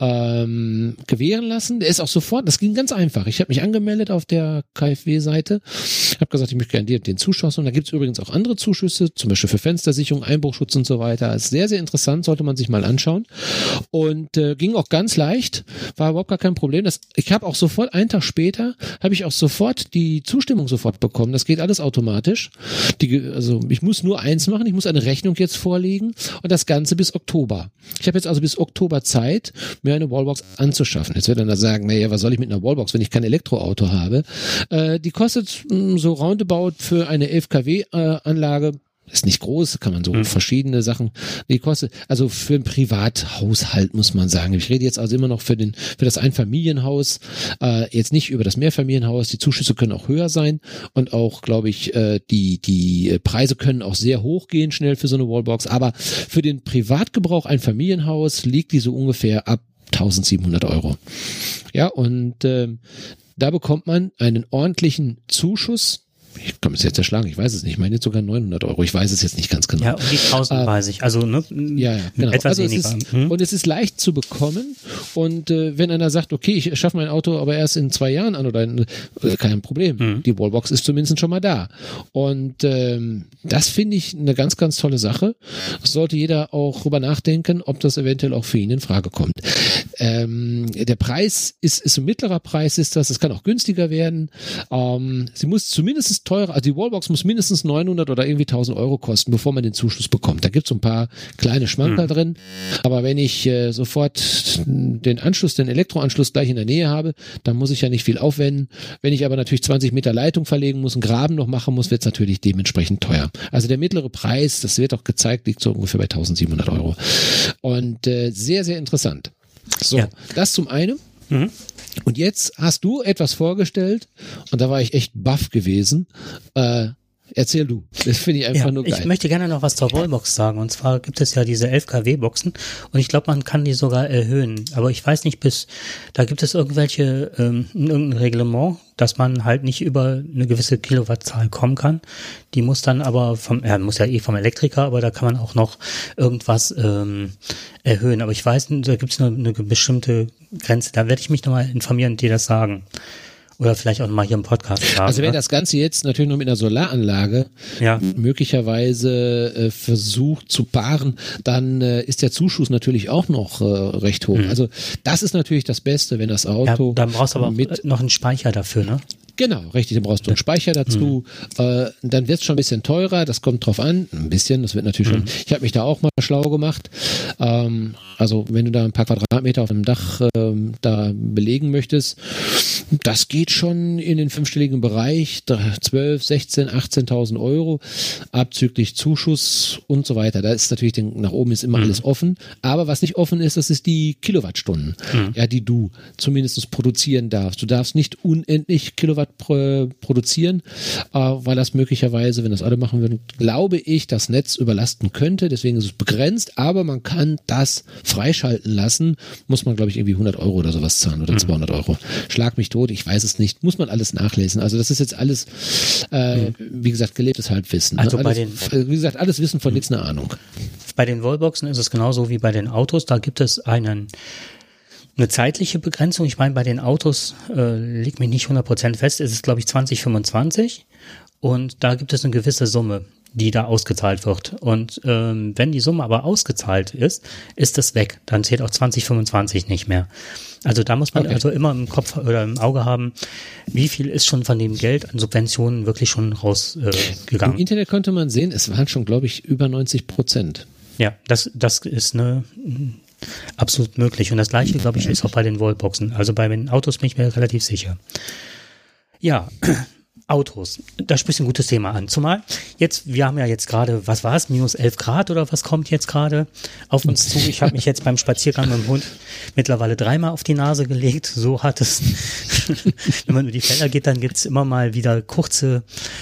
Speaker 2: gewähren lassen, der ist auch sofort, das ging ganz einfach, ich habe mich angemeldet auf der KfW-Seite Habe gesagt, ich möchte gerne den Zuschuss. Und da gibt es übrigens auch andere Zuschüsse, zum Beispiel für Fenstersicherung, Einbruchschutz und so weiter. Ist sehr, sehr interessant, sollte man sich mal anschauen. Und ging auch ganz leicht, war überhaupt gar kein Problem. Ich habe auch sofort, einen Tag später, habe ich auch sofort die Zustimmung sofort bekommen. Das geht alles automatisch. Also ich muss nur eins machen, ich muss eine Rechnung jetzt vorlegen und das Ganze bis Oktober. Ich habe jetzt also bis Oktober Zeit, mir eine Wallbox anzuschaffen. Jetzt wird dann da sagen, naja, was soll ich mit einer Wallbox, wenn ich kein Elektroauto habe? Die kostet so roundabout für eine 11 kW Anlage, ist nicht groß, kann man so verschiedene Sachen, die kostet, also für einen Privathaushalt muss man sagen. Ich rede jetzt also immer noch für das Einfamilienhaus, jetzt nicht über das Mehrfamilienhaus. Die Zuschüsse können auch höher sein und auch, glaube ich, die Preise können auch sehr hoch gehen schnell für so eine Wallbox. Aber für den Privatgebrauch ein Familienhaus liegt die so ungefähr ab 1.700 €. Ja, und da bekommt man einen ordentlichen Zuschuss. Ich kann es jetzt erschlagen, ich weiß es nicht. Ich meine jetzt sogar 900 €. Ich weiß es jetzt nicht ganz genau.
Speaker 1: Ja, um die 1.000 weiß ich. Also, ne?
Speaker 2: Ja, genau.
Speaker 1: Etwas
Speaker 2: also
Speaker 1: weniger.
Speaker 2: Und es ist leicht zu bekommen. Und wenn einer sagt, okay, ich schaffe mein Auto aber erst in 2 Jahren an oder kein Problem. Die Wallbox ist zumindest schon mal da. Und das finde ich eine ganz, ganz tolle Sache. Sollte jeder auch drüber nachdenken, ob das eventuell auch für ihn in Frage kommt. Der Preis ist ein mittlerer Preis, ist das. Es kann auch günstiger werden. Sie muss zumindest teurer, also die Wallbox muss mindestens 900 oder irgendwie 1.000 € kosten, bevor man den Zuschuss bekommt. Da gibt es so ein paar kleine Schmankerl drin, aber wenn ich sofort den Elektroanschluss gleich in der Nähe habe, dann muss ich ja nicht viel aufwenden. Wenn ich aber natürlich 20 Meter Leitung verlegen muss, einen Graben noch machen muss, wird es natürlich dementsprechend teuer. Also der mittlere Preis, das wird auch gezeigt, liegt so ungefähr bei 1.700 €. Und sehr, sehr interessant. So, ja. Das zum einen. Und jetzt hast du etwas vorgestellt und da war ich echt baff gewesen. Erzähl du. Das finde ich einfach nur geil.
Speaker 1: Ich möchte gerne noch was zur Wallbox sagen. Und zwar gibt es ja diese 11 kW Boxen und ich glaube, man kann die sogar erhöhen. Aber ich weiß nicht, da gibt es irgendein Reglement, dass man halt nicht über eine gewisse Kilowattzahl kommen kann. Die muss dann aber muss ja vom Elektriker, aber da kann man auch noch irgendwas erhöhen. Aber ich weiß, da gibt es eine bestimmte Grenze. Da werde ich mich nochmal informieren und dir das sagen. Oder vielleicht auch mal hier im Podcast sagen.
Speaker 2: Also wenn das Ganze jetzt natürlich nur mit einer Solaranlage möglicherweise versucht zu paaren, dann ist der Zuschuss natürlich auch noch recht hoch. Also das ist natürlich das Beste, wenn das Auto...
Speaker 1: Ja, dann brauchst du aber auch noch einen Speicher dafür, ne?
Speaker 2: Genau, richtig, dann brauchst du einen Speicher dazu, dann wird es schon ein bisschen teurer, das kommt drauf an, ein bisschen, das wird natürlich schon, ich habe mich da auch mal schlau gemacht, also wenn du da ein paar Quadratmeter auf dem Dach da belegen möchtest, das geht schon in den 5-stelligen Bereich, 12, 16, 18.000 €, abzüglich Zuschuss und so weiter, da ist natürlich, nach oben ist immer alles offen, aber was nicht offen ist, das ist die Kilowattstunden, ja, die du zumindest produzieren darfst. Du darfst nicht unendlich Kilowatt produzieren, weil das möglicherweise, wenn das alle machen würden, glaube ich, das Netz überlasten könnte. Deswegen ist es begrenzt, aber man kann das freischalten lassen. Muss man, glaube ich, irgendwie 100 € oder sowas zahlen oder 200 €. Schlag mich tot, ich weiß es nicht. Muss man alles nachlesen. Also das ist jetzt alles, wie gesagt, gelebtes Halbwissen.
Speaker 1: Also
Speaker 2: alles, wie gesagt, alles Wissen von nichts, eine Ahnung.
Speaker 1: Bei den Wallboxen ist es genauso wie bei den Autos. Da gibt es eine zeitliche Begrenzung. Ich meine, bei den Autos liegt mich nicht 100% fest. Es ist, glaube ich, 2025 und da gibt es eine gewisse Summe, die da ausgezahlt wird. Und wenn die Summe aber ausgezahlt ist, ist es weg. Dann zählt auch 2025 nicht mehr. Also da muss man also immer im Kopf oder im Auge haben, wie viel ist schon von dem Geld an Subventionen wirklich schon rausgegangen.
Speaker 2: Im Internet konnte man sehen, es waren schon, glaube ich, über 90%.
Speaker 1: Ja, das ist absolut möglich. Und das Gleiche, glaube ich, ist auch bei den Wallboxen. Also bei den Autos bin ich mir relativ sicher. Ja, Autos. Da sprichst du ein gutes Thema an. Zumal wir haben ja jetzt gerade, was war es, minus 11 Grad oder was kommt jetzt gerade auf uns zu? Ich habe mich jetzt beim Spaziergang mit dem Hund mittlerweile 3-mal auf die Nase gelegt. So hat es, wenn man über die Felder geht, dann gibt's immer mal wieder kurze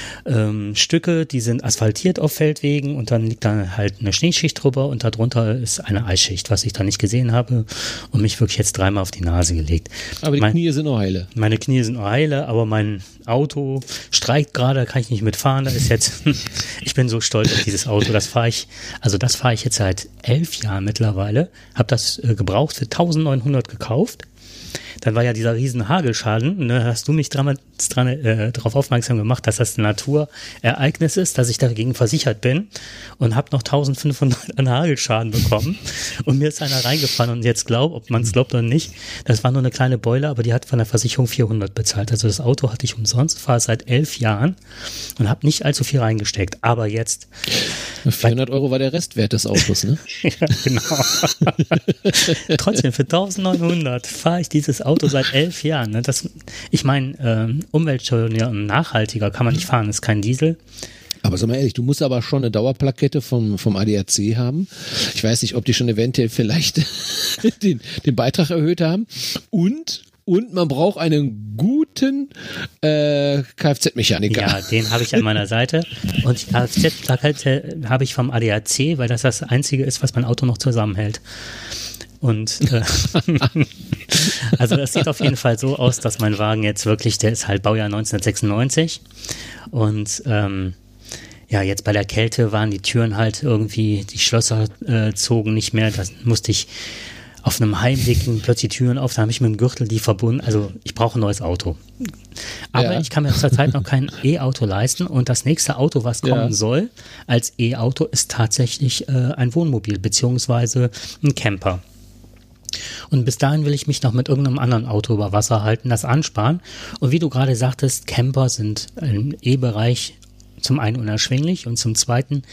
Speaker 1: Stücke, die sind asphaltiert auf Feldwegen und dann liegt da halt eine Schneeschicht drüber und darunter ist eine Eisschicht, was ich da nicht gesehen habe und mich wirklich jetzt 3-mal auf die Nase gelegt. Aber
Speaker 2: die Knie sind noch heile.
Speaker 1: Meine Knie sind noch heile, aber mein Auto streikt gerade, da kann ich nicht mitfahren. Da ist jetzt, ich bin so stolz auf dieses Auto. Das fahre ich jetzt seit 11 Jahren mittlerweile. Habe das gebraucht für 1.900 gekauft. dann war ja dieser riesen Hagelschaden, ne, hast du mich darauf aufmerksam gemacht, dass das ein Naturereignis ist, dass ich dagegen versichert bin und habe noch 1500 an Hagelschaden bekommen und mir ist einer reingefallen und jetzt ob man es glaubt oder nicht, das war nur eine kleine Beule, aber die hat von der Versicherung 400 bezahlt, also das Auto hatte ich umsonst, fahre seit 11 Jahren und habe nicht allzu viel reingesteckt, aber jetzt
Speaker 2: 400 Euro war der Restwert des Autos, ne?
Speaker 1: Ja, genau. Trotzdem, für 1900 fahre ich dieses Auto seit 11 Jahren. Ne? Ich meine, umweltschonender und nachhaltiger kann man nicht fahren, das ist kein Diesel.
Speaker 2: Aber sag mal ehrlich, du musst aber schon eine Dauerplakette vom ADAC haben. Ich weiß nicht, ob die schon eventuell vielleicht den Beitrag erhöht haben. Und man braucht einen guten Kfz-Mechaniker.
Speaker 1: Ja, den habe ich an meiner Seite. Und die Kfz-Plakette habe ich vom ADAC, weil das Einzige ist, was mein Auto noch zusammenhält. Und also das sieht auf jeden Fall so aus, dass mein Wagen jetzt wirklich, der ist halt Baujahr 1996 und jetzt bei der Kälte waren die Türen halt irgendwie, die Schlösser zogen nicht mehr, da musste ich auf einem Heimweg plötzlich die Türen auf, da habe ich mit dem Gürtel die verbunden, also ich brauche ein neues Auto. Aber ich kann mir zurzeit noch kein E-Auto leisten und das nächste Auto, was kommen soll als E-Auto, ist tatsächlich ein Wohnmobil beziehungsweise ein Camper. Und bis dahin will ich mich noch mit irgendeinem anderen Auto über Wasser halten, das ansparen. Und wie du gerade sagtest, Camper sind im E-Bereich zum einen unerschwinglich und zum zweiten,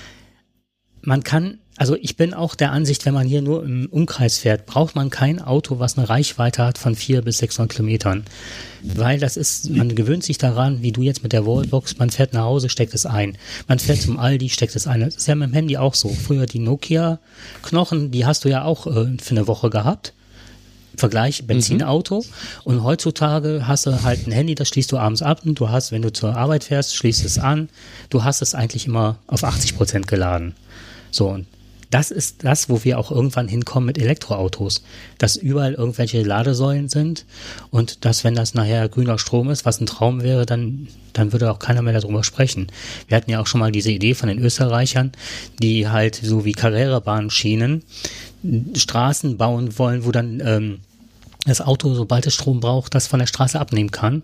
Speaker 1: also ich bin auch der Ansicht, wenn man hier nur im Umkreis fährt, braucht man kein Auto, was eine Reichweite hat von 400 bis 600 Kilometern. Weil man gewöhnt sich daran, wie du jetzt mit der Wallbox, man fährt nach Hause, steckt es ein. Man fährt zum Aldi, steckt es ein. Das ist ja mit dem Handy auch so. Früher die Nokia-Knochen, die hast du ja auch für eine Woche gehabt. Vergleich Benzinauto. Und heutzutage hast du halt ein Handy, das schließt du abends ab und du hast, wenn du zur Arbeit fährst, schließt es an. Du hast es eigentlich immer auf 80% geladen. So, und das ist das, wo wir auch irgendwann hinkommen mit Elektroautos, dass überall irgendwelche Ladesäulen sind und dass, wenn das nachher grüner Strom ist, was ein Traum wäre, dann würde auch keiner mehr darüber sprechen. Wir hatten ja auch schon mal diese Idee von den Österreichern, die halt so wie Carrera-Bahnschienen Straßen bauen wollen, wo dann das Auto, sobald es Strom braucht, das von der Straße abnehmen kann.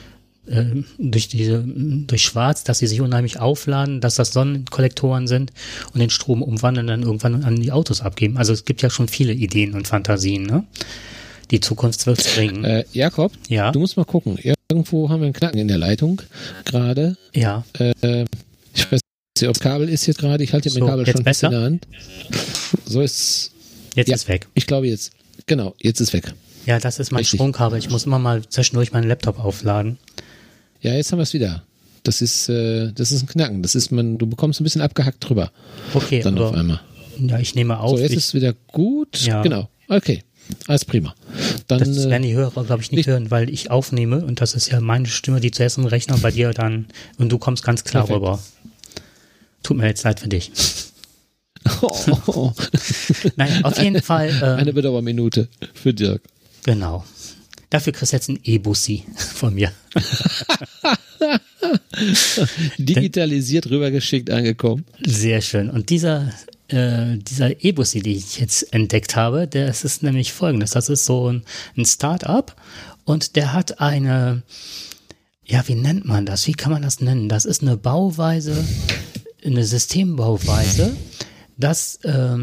Speaker 1: Durch Schwarz, dass sie sich unheimlich aufladen, dass das Sonnenkollektoren sind und den Strom umwandeln, dann irgendwann an die Autos abgeben. Also es gibt ja schon viele Ideen und Fantasien, ne? Die Zukunft wird es bringen.
Speaker 2: Jakob,
Speaker 1: ja?
Speaker 2: Du musst mal gucken. Irgendwo haben wir einen Knacken in der Leitung gerade.
Speaker 1: Ja.
Speaker 2: Ich weiß nicht, ob Kabel ist jetzt gerade. Ich halte mein Kabel schon fest in der Hand. So ist
Speaker 1: jetzt ist weg.
Speaker 2: Ich glaube jetzt. Genau, jetzt ist weg.
Speaker 1: Ja, das ist mein Stromkabel. Ich muss immer mal zwischendurch meinen Laptop aufladen.
Speaker 2: Ja, jetzt haben wir es wieder. Das ist ein Knacken. Du bekommst ein bisschen abgehackt drüber.
Speaker 1: Okay,
Speaker 2: dann auf einmal.
Speaker 1: Ja, ich nehme auf.
Speaker 2: So, jetzt ist es wieder gut. Ja. Genau. Okay. Alles prima. Dann,
Speaker 1: das werden die Hörer, glaube ich, nicht hören, weil ich aufnehme und das ist ja meine Stimme, die zuerst im Rechner bei dir dann und du kommst ganz klar rüber. Tut mir jetzt leid für dich.
Speaker 2: Oh.
Speaker 1: Nein, auf jeden Fall.
Speaker 2: Eine Bedauerminute für Dirk.
Speaker 1: Genau. Dafür kriegst du jetzt ein E-Bussi von mir.
Speaker 2: Digitalisiert rübergeschickt angekommen.
Speaker 1: Sehr schön. Und dieser E-Bussi, den ich jetzt entdeckt habe, das ist nämlich folgendes. Das ist so ein Start-up und der hat eine, wie nennt man das? Wie kann man das nennen? Das ist eine Bauweise, eine Systembauweise, dass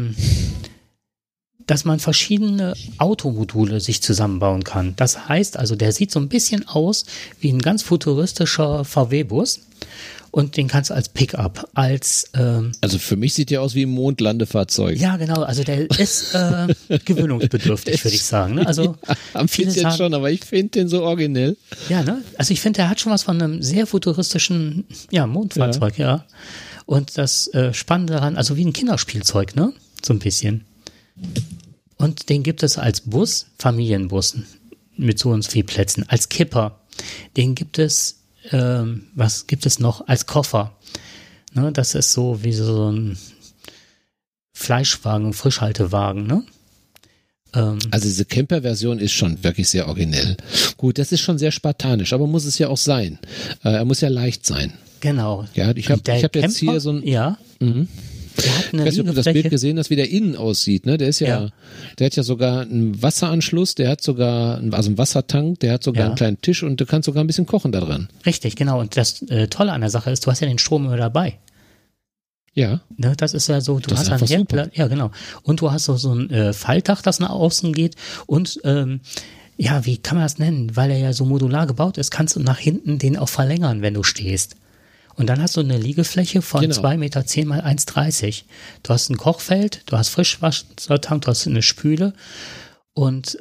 Speaker 1: man verschiedene Automodule sich zusammenbauen kann. Das heißt also, der sieht so ein bisschen aus wie ein ganz futuristischer VW-Bus und den kannst du als Pickup,
Speaker 2: also für mich sieht der aus wie ein Mondlandefahrzeug.
Speaker 1: Ja, genau, also der ist gewöhnungsbedürftig, würde ich sagen. Ne? Also
Speaker 2: am viele sagen, schon, aber ich finde den so originell.
Speaker 1: Ja, ne? Also ich finde, der hat schon was von einem sehr futuristischen Mondfahrzeug, ja. Und das Spannende daran, also wie ein Kinderspielzeug, ne? So ein bisschen. Und den gibt es als Bus, Familienbus, mit so und so vielen Plätzen. Als Kipper, den gibt es, was gibt es noch? Als Koffer. Ne, das ist so wie so ein Fleischwagen, Frischhaltewagen, ne?
Speaker 2: Also diese Camper-Version ist schon wirklich sehr originell. Gut, das ist schon sehr spartanisch, aber muss es ja auch sein. Er muss ja leicht sein.
Speaker 1: Genau.
Speaker 2: Ja, ich hab jetzt hier so ein...
Speaker 1: Ja. Der hat eine
Speaker 2: ich weiß nicht, ob du das Bild gesehen hast, wie der innen aussieht, ne? Der ist der hat ja sogar einen Wasseranschluss, der hat sogar, also einen Wassertank, der hat sogar einen kleinen Tisch und du kannst sogar ein bisschen kochen da dran.
Speaker 1: Richtig, genau. Und das Tolle an der Sache ist, du hast ja den Strom immer dabei.
Speaker 2: Ja.
Speaker 1: Ne, das ist ja so, du hast einen Herdplatz, ja genau. Und du hast so ein Faltdach, das nach außen geht und wie kann man das nennen? Weil er ja so modular gebaut ist, kannst du nach hinten den auch verlängern, wenn du stehst. Und dann hast du eine Liegefläche von 2,10 Meter mal 1,30. Du hast ein Kochfeld, du hast Frischwassertank, du hast eine Spüle und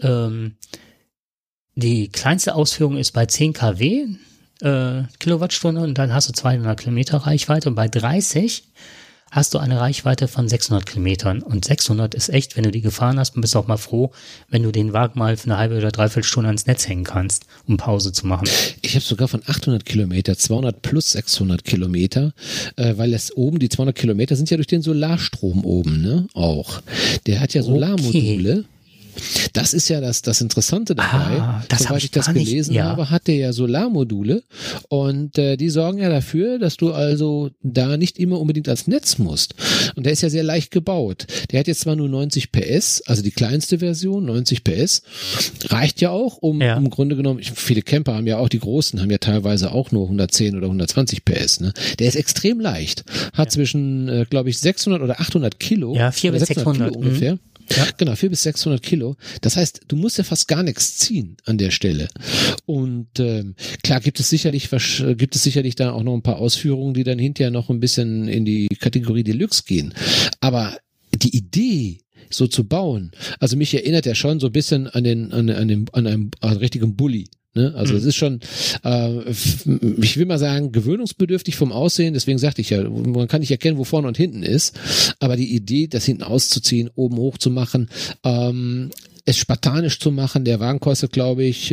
Speaker 1: die kleinste Ausführung ist bei 10 kW Kilowattstunde und dann hast du 200 Kilometer Reichweite und bei 30 hast du eine Reichweite von 600 Kilometern und 600 ist echt, wenn du die gefahren hast, bist du auch mal froh, wenn du den Wagen mal für eine halbe oder dreiviertel Stunde ans Netz hängen kannst, um Pause zu machen.
Speaker 2: Ich habe sogar von 800 Kilometer, 200 plus 600 Kilometer, weil es oben, die 200 Kilometer sind ja durch den Solarstrom oben, ne, auch. Der hat ja Solarmodule. Okay. Das ist ja das Interessante dabei. Soweit ich das gelesen habe, hat der ja Solarmodule und die sorgen ja dafür, dass du also da nicht immer unbedingt ans Netz musst. Und der ist ja sehr leicht gebaut. Der hat jetzt zwar nur 90 PS, also die kleinste Version, 90 PS, reicht ja auch, um im Grunde genommen, viele Camper haben ja auch, die großen haben ja teilweise auch nur 110 oder 120 PS. Ne? Der ist extrem leicht, hat zwischen, glaube ich, 600 oder 800 Kilo.
Speaker 1: Ja, 400 bis 600
Speaker 2: Kilo ungefähr. Ja, genau, 400 bis 600 Kilo. Das heißt, du musst ja fast gar nichts ziehen an der Stelle. Und klar gibt es sicherlich da auch noch ein paar Ausführungen, die dann hinterher noch ein bisschen in die Kategorie Deluxe gehen. Aber die Idee, so zu bauen, also mich erinnert ja schon so ein bisschen an einem richtigen Bulli. Ne? Also es ist schon, ich will mal sagen, gewöhnungsbedürftig vom Aussehen, deswegen sagte ich ja, man kann nicht erkennen, wo vorne und hinten ist, aber die Idee, das hinten auszuziehen, oben hoch zu machen, es spartanisch zu machen, der Wagen kostet, glaube ich, ab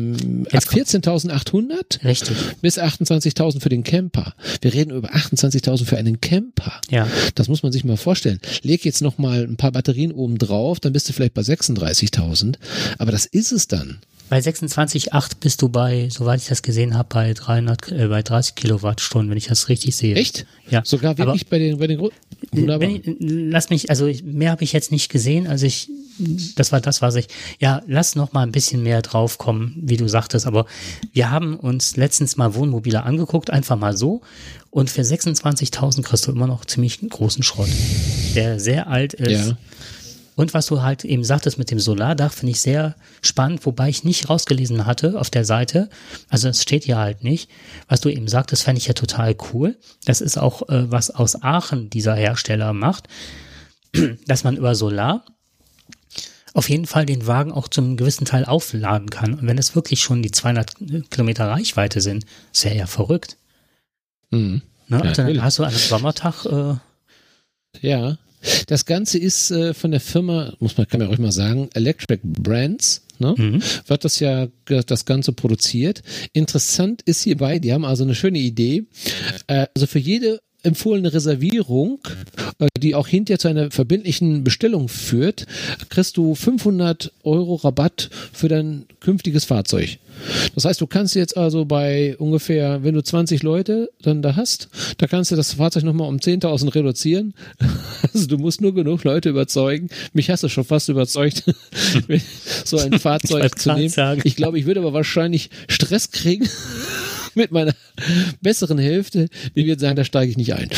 Speaker 2: 14.800
Speaker 1: Richtig.
Speaker 2: Bis 28.000 für den Camper. Wir reden über 28.000 für einen Camper.
Speaker 1: Ja.
Speaker 2: Das muss man sich mal vorstellen. Leg jetzt noch mal ein paar Batterien oben drauf, dann bist du vielleicht bei 36.000, aber das ist es dann.
Speaker 1: Bei 26,8 bist du bei, soweit ich das gesehen habe, bei 30 Kilowattstunden, wenn ich das richtig sehe.
Speaker 2: Echt?
Speaker 1: Ja.
Speaker 2: Sogar wirklich bei den
Speaker 1: wunderbar. Mehr habe ich jetzt nicht gesehen, das war das, was ich, lass noch mal ein bisschen mehr drauf kommen, wie du sagtest, aber wir haben uns letztens mal Wohnmobile angeguckt, einfach mal so, und für 26.000 kriegst du immer noch ziemlich großen Schrott, der sehr alt ist. Ja. Und was du halt eben sagtest mit dem Solardach, finde ich sehr spannend, wobei ich nicht rausgelesen hatte auf der Seite, also es steht hier halt nicht, was du eben sagtest, fände ich ja total cool. Das ist auch, was aus Aachen dieser Hersteller macht, dass man über Solar auf jeden Fall den Wagen auch zum gewissen Teil aufladen kann. Und wenn es wirklich schon die 200 Kilometer Reichweite sind, das wäre ja verrückt.
Speaker 2: Mhm.
Speaker 1: Ne? Also dann hast du an einem Sommertag
Speaker 2: ja. Das Ganze ist von der Firma, kann man ruhig mal sagen, Electric Brands, ne? Wird das Ganze produziert. Interessant ist hierbei, die haben also eine schöne Idee, also für jede empfohlene Reservierung, die auch hinterher zu einer verbindlichen Bestellung führt, kriegst du 500 € Rabatt für dein künftiges Fahrzeug. Das heißt, du kannst jetzt also bei ungefähr, wenn du 20 Leute dann da hast, da kannst du das Fahrzeug nochmal um 10.000 reduzieren. Also du musst nur genug Leute überzeugen. Mich hast du schon fast überzeugt, so ein Fahrzeug zu nehmen. Sagen. Ich glaube, ich würde aber wahrscheinlich Stress kriegen mit meiner besseren Hälfte, die wird sagen, da steige ich nicht ein.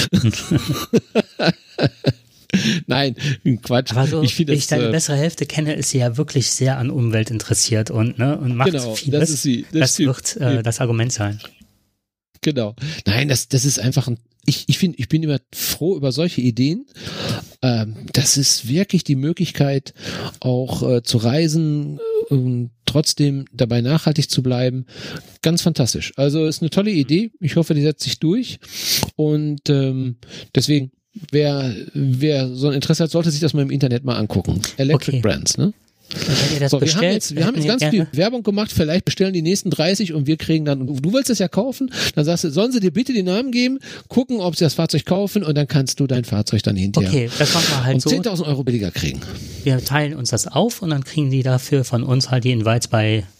Speaker 2: Nein, Quatsch.
Speaker 1: Aber so, wenn ich deine bessere Hälfte kenne, ist sie ja wirklich sehr an Umwelt interessiert und macht vieles.
Speaker 2: Das ist sie.
Speaker 1: Das wird das Argument sein.
Speaker 2: Genau. Nein, das ist einfach ich bin immer froh über solche Ideen. Das ist wirklich die Möglichkeit, auch zu reisen und trotzdem dabei nachhaltig zu bleiben. Ganz fantastisch. Also ist eine tolle Idee. Ich hoffe, die setzt sich durch. Und deswegen, wer so ein Interesse hat, sollte sich das mal im Internet mal angucken. Electric Brands, ne? So, wir haben jetzt ganz viel Werbung gemacht, vielleicht bestellen die nächsten 30 und wir kriegen dann, du willst es ja kaufen, dann sagst du, sollen sie dir bitte den Namen geben, gucken, ob sie das Fahrzeug kaufen und dann kannst du dein Fahrzeug dann hinterher
Speaker 1: das machen wir halt
Speaker 2: um 10.000 € billiger kriegen.
Speaker 1: Wir teilen uns das auf und dann kriegen die dafür von uns halt die Invites bei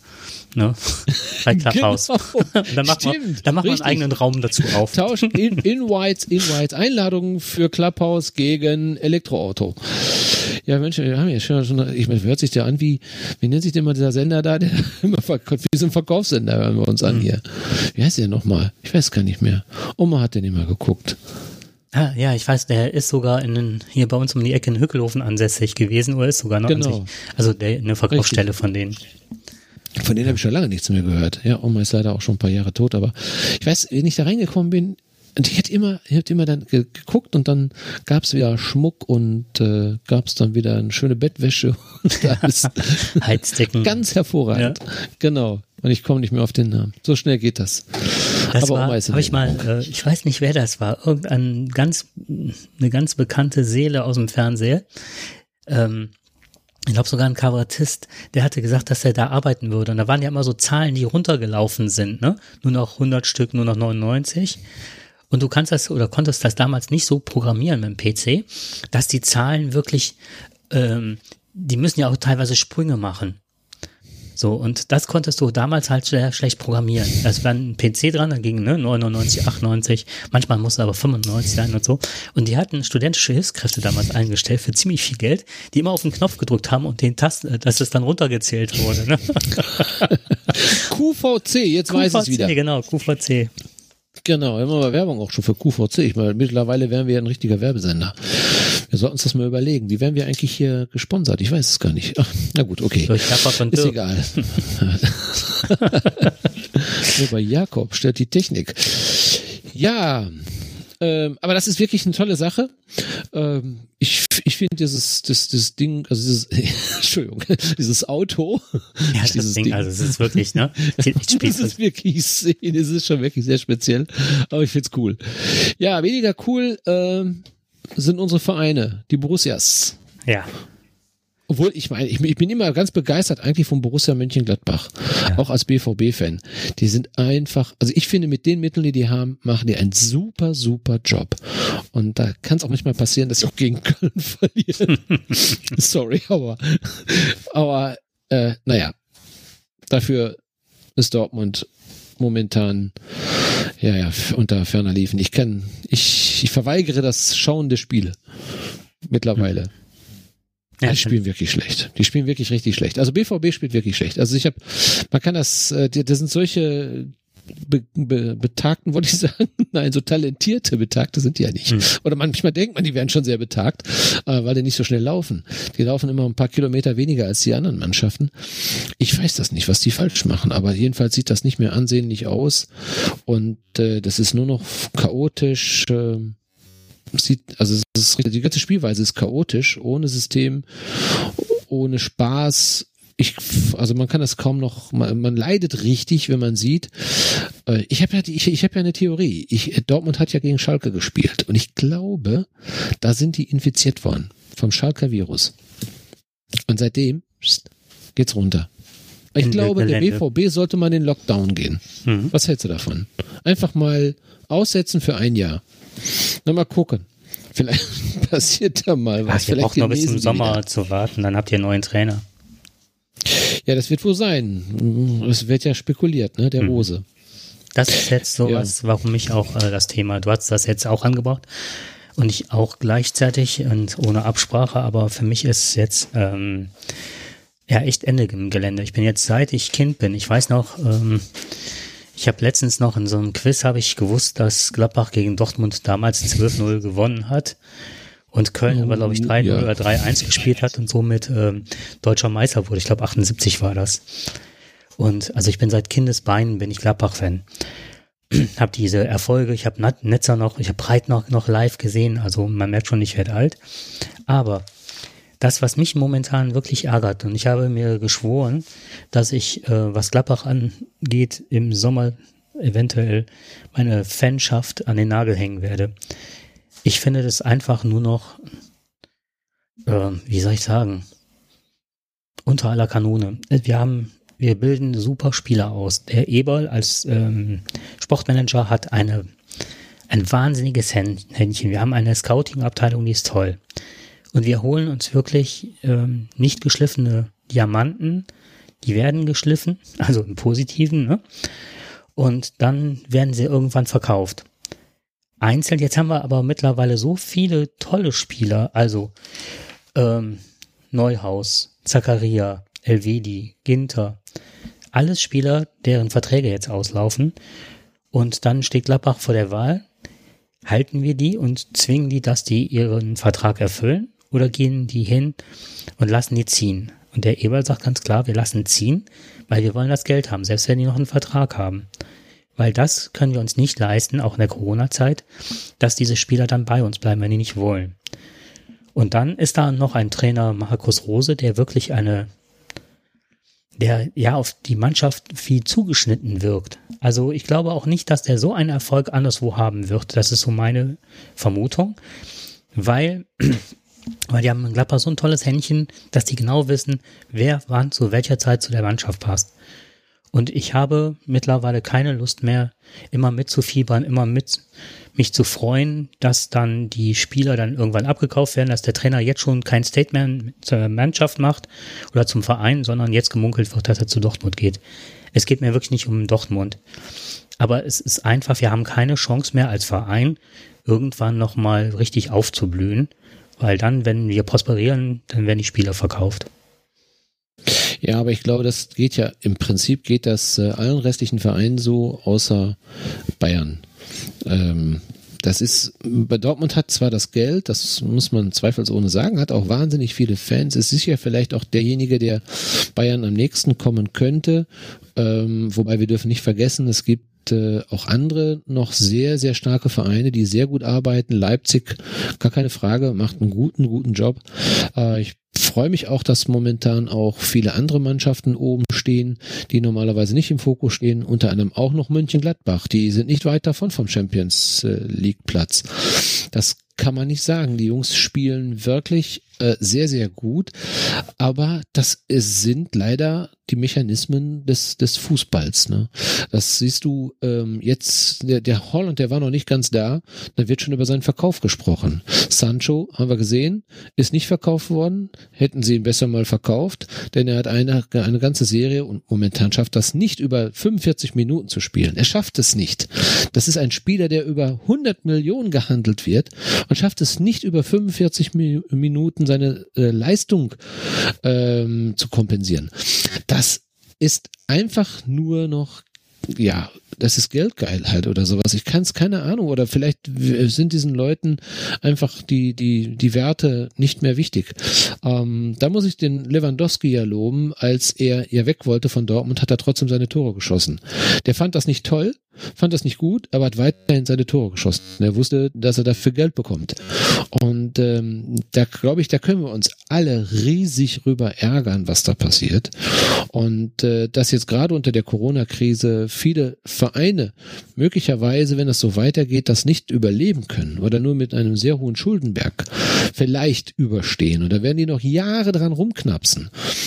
Speaker 1: ne? Bei Clubhouse.
Speaker 2: Genau.
Speaker 1: Dann macht man einen eigenen Raum dazu auf.
Speaker 2: Tausch Invites, Einladungen für Clubhouse gegen Elektroauto. Ja, Mensch, wir haben ja schon, ich meine, hört sich der an wie nennt sich denn mal dieser Sender da, der immer wie so ein Verkaufssender hören wir uns an hier. Wie heißt der nochmal? Ich weiß gar nicht mehr. Oma hat den immer geguckt.
Speaker 1: Ah, ja, ich weiß, der ist sogar hier bei uns um die Ecke in Hückelhofen ansässig gewesen, oder ist sogar noch an sich. Also eine Verkaufsstelle Richtig. Von denen.
Speaker 2: Von denen habe ich schon lange nichts mehr gehört. Ja, Oma ist leider auch schon ein paar Jahre tot, aber ich weiß, wenn ich da reingekommen bin, und ich hätte immer dann geguckt und dann gab es wieder Schmuck und gab es dann wieder eine schöne Bettwäsche und alles.
Speaker 1: Heizdecken.
Speaker 2: Ganz hervorragend. Ja. Genau. Und ich komme nicht mehr auf den Namen. So schnell geht das.
Speaker 1: Das habe ich mal, ich weiß nicht, wer das war, eine ganz bekannte Seele aus dem Fernseher. Ich glaube sogar ein Kabarettist, der hatte gesagt, dass er da arbeiten würde. Und da waren ja immer so Zahlen, die runtergelaufen sind, ne? Nur noch 100 Stück, nur noch 99. Und du konntest das damals nicht so programmieren mit dem PC, dass die Zahlen wirklich, die müssen ja auch teilweise Sprünge machen. So, und das konntest du damals halt sehr schlecht programmieren. Es war ein PC dran, dann ging 99, 98, manchmal musste aber 95 sein und so. Und die hatten studentische Hilfskräfte damals eingestellt für ziemlich viel Geld, die immer auf den Knopf gedrückt haben und den Tasten, dass es dann runtergezählt wurde. Ne?
Speaker 2: QVC, jetzt weiß ich es wieder.
Speaker 1: Genau, QVC.
Speaker 2: Genau, wir haben aber Werbung auch schon für QVC. Ich meine, mittlerweile wären wir ein richtiger Werbesender. Wir sollten uns das mal überlegen. Wie werden wir eigentlich hier gesponsert? Ich weiß es gar nicht. Ach, na gut, okay. Ist egal. Bei Jakob stört die Technik. Ja, aber das ist wirklich eine tolle Sache. Ich finde dieses Ding, also Entschuldigung, dieses Auto.
Speaker 1: Ja, dieses Ding, also es ist wirklich, ne?
Speaker 2: Das ist wirklich, es ist schon wirklich sehr speziell, aber ich find's cool. Ja, weniger cool sind unsere Vereine, die Borussias.
Speaker 1: Ja.
Speaker 2: Obwohl, ich meine, ich bin immer ganz begeistert eigentlich vom Borussia Mönchengladbach, auch als BVB-Fan. Die sind einfach, also ich finde, mit den Mitteln, die die haben, machen die einen super, super Job. Und da kann es auch manchmal passieren, dass sie auch gegen Köln verlieren. Sorry, aber naja, dafür ist Dortmund momentan unter ferner Liefen. Ich verweigere das Schauen der Spiele mittlerweile. Ja, die spielen wirklich schlecht. Die spielen wirklich richtig schlecht. Also BVB spielt wirklich schlecht. Also man kann das sind solche Betagten, wollte ich sagen. Nein, so talentierte Betagte sind die ja nicht. Oder manchmal denkt man, die wären schon sehr betagt, weil die nicht so schnell laufen. Die laufen immer ein paar Kilometer weniger als die anderen Mannschaften. Ich weiß das nicht, was die falsch machen, aber jedenfalls sieht das nicht mehr ansehnlich aus und das ist nur noch chaotisch. Die ganze Spielweise ist chaotisch, ohne System, ohne Spaß. Man kann das kaum noch, man leidet richtig, wenn man sieht. Ich habe ja eine Theorie. Dortmund hat ja gegen Schalke gespielt und ich glaube, da sind die infiziert worden vom Schalker Virus. Und seitdem geht's runter. Ich glaube, der BVB sollte mal in den Lockdown gehen. Was hältst du davon? Einfach mal aussetzen für ein Jahr. Na, mal gucken. Vielleicht passiert da mal was.
Speaker 1: Ihr braucht noch bis zum Sommer zu warten, dann habt ihr einen neuen Trainer.
Speaker 2: Ja, das wird wohl sein. Es wird ja spekuliert, ne? Der Rose.
Speaker 1: Das ist jetzt sowas, warum ich auch das Thema, du hast das jetzt auch angebracht und ich auch gleichzeitig und ohne Absprache, aber für mich ist jetzt echt Ende im Gelände. Ich bin jetzt, seit ich Kind bin, ich weiß noch, ich habe letztens noch in so einem Quiz gewusst, dass Gladbach gegen Dortmund damals 12-0 gewonnen hat und Köln aber, glaube ich, 3-0 oder 3-1 gespielt hat und somit deutscher Meister wurde. Ich glaube, 78 war das. Und also ich bin seit Kindesbeinen, bin ich Gladbach-Fan. Habe diese Erfolge, ich habe Netzer noch, ich habe Breit noch live gesehen, also man merkt schon, ich werde alt. Aber das, was mich momentan wirklich ärgert, und ich habe mir geschworen, dass ich, was Gladbach angeht, im Sommer eventuell meine Fanschaft an den Nagel hängen werde. Ich finde das einfach nur noch, wie soll ich sagen, unter aller Kanone. Wir bilden super Spieler aus. Der Eberl als Sportmanager hat ein wahnsinniges Händchen. Wir haben eine Scouting-Abteilung, die ist toll. Und wir holen uns wirklich nicht geschliffene Diamanten, Die werden geschliffen, also im Positiven, ne? Und dann werden sie irgendwann verkauft. Einzeln, jetzt haben wir aber mittlerweile so viele tolle Spieler, also Neuhaus, Zakaria, Elvedi, Ginter, alles Spieler, deren Verträge jetzt auslaufen. Und dann steht Gladbach vor der Wahl, halten wir die und zwingen die, dass die ihren Vertrag erfüllen, oder gehen die hin und lassen die ziehen? Und der Eberl sagt ganz klar, wir lassen ziehen, weil wir wollen das Geld haben, selbst wenn die noch einen Vertrag haben. Weil das können wir uns nicht leisten, auch in der Corona-Zeit, dass diese Spieler dann bei uns bleiben, wenn die nicht wollen. Und dann ist da noch ein Trainer, Markus Rose, der wirklich der ja auf die Mannschaft viel zugeschnitten wirkt. Also ich glaube auch nicht, dass der so einen Erfolg anderswo haben wird. Das ist so meine Vermutung, weil die haben in Gladbach so ein tolles Händchen, dass die genau wissen, wer wann zu welcher Zeit zu der Mannschaft passt. Und ich habe mittlerweile keine Lust mehr, immer mitzufiebern, immer mit mich zu freuen, dass dann die Spieler dann irgendwann abgekauft werden, dass der Trainer jetzt schon kein Statement zur Mannschaft macht oder zum Verein, sondern jetzt gemunkelt wird, dass er zu Dortmund geht. Es geht mir wirklich nicht um Dortmund. Aber es ist einfach, wir haben keine Chance mehr als Verein, irgendwann nochmal richtig aufzublühen, weil dann, wenn wir prosperieren, dann werden die Spieler verkauft.
Speaker 2: Ja, aber ich glaube, das geht ja, im Prinzip geht das allen restlichen Vereinen so, außer Bayern. Das ist, bei Dortmund hat zwar das Geld, das muss man zweifelsohne sagen, hat auch wahnsinnig viele Fans, ist sicher vielleicht auch derjenige, der Bayern am nächsten kommen könnte, wobei wir dürfen nicht vergessen, es gibt auch andere noch sehr, sehr starke Vereine, die sehr gut arbeiten. Leipzig, gar keine Frage, macht einen guten Job. Ich freue mich auch, dass momentan auch viele andere Mannschaften oben stehen, die normalerweise nicht im Fokus stehen, unter anderem auch noch Mönchengladbach. Die sind nicht weit davon vom Champions League Platz. Das kann man nicht sagen. Die Jungs spielen wirklich sehr, sehr gut, aber das sind leider die Mechanismen des Fußballs. Ne? Das siehst du jetzt, der Holland, der war noch nicht ganz da, da wird schon über seinen Verkauf gesprochen. Sancho, haben wir gesehen, ist nicht verkauft worden, hätten sie ihn besser mal verkauft, denn er hat eine ganze Serie und momentan schafft das nicht, über 45 Minuten zu spielen. Er schafft es nicht. Das ist ein Spieler, der über 100 Millionen gehandelt wird und schafft es nicht, über 45 Minuten seine Leistung zu kompensieren. Das ist einfach nur noch, ja, das ist Geldgeilheit oder sowas. Ich kann es, keine Ahnung, oder vielleicht sind diesen Leuten einfach die Werte nicht mehr wichtig. Da muss ich den Lewandowski ja loben, als er weg wollte von Dortmund, hat er trotzdem seine Tore geschossen. Der fand das nicht toll, fand das nicht gut, aber hat weiterhin seine Tore geschossen. Er wusste, dass er dafür Geld bekommt. Und da glaube ich, da können wir uns alle riesig rüber ärgern, was da passiert. Und dass jetzt gerade unter der Corona-Krise viele Vereine möglicherweise, wenn das so weitergeht, das nicht überleben können oder nur mit einem sehr hohen Schuldenberg vielleicht überstehen. Und da werden die noch Jahre dran rumknapsen.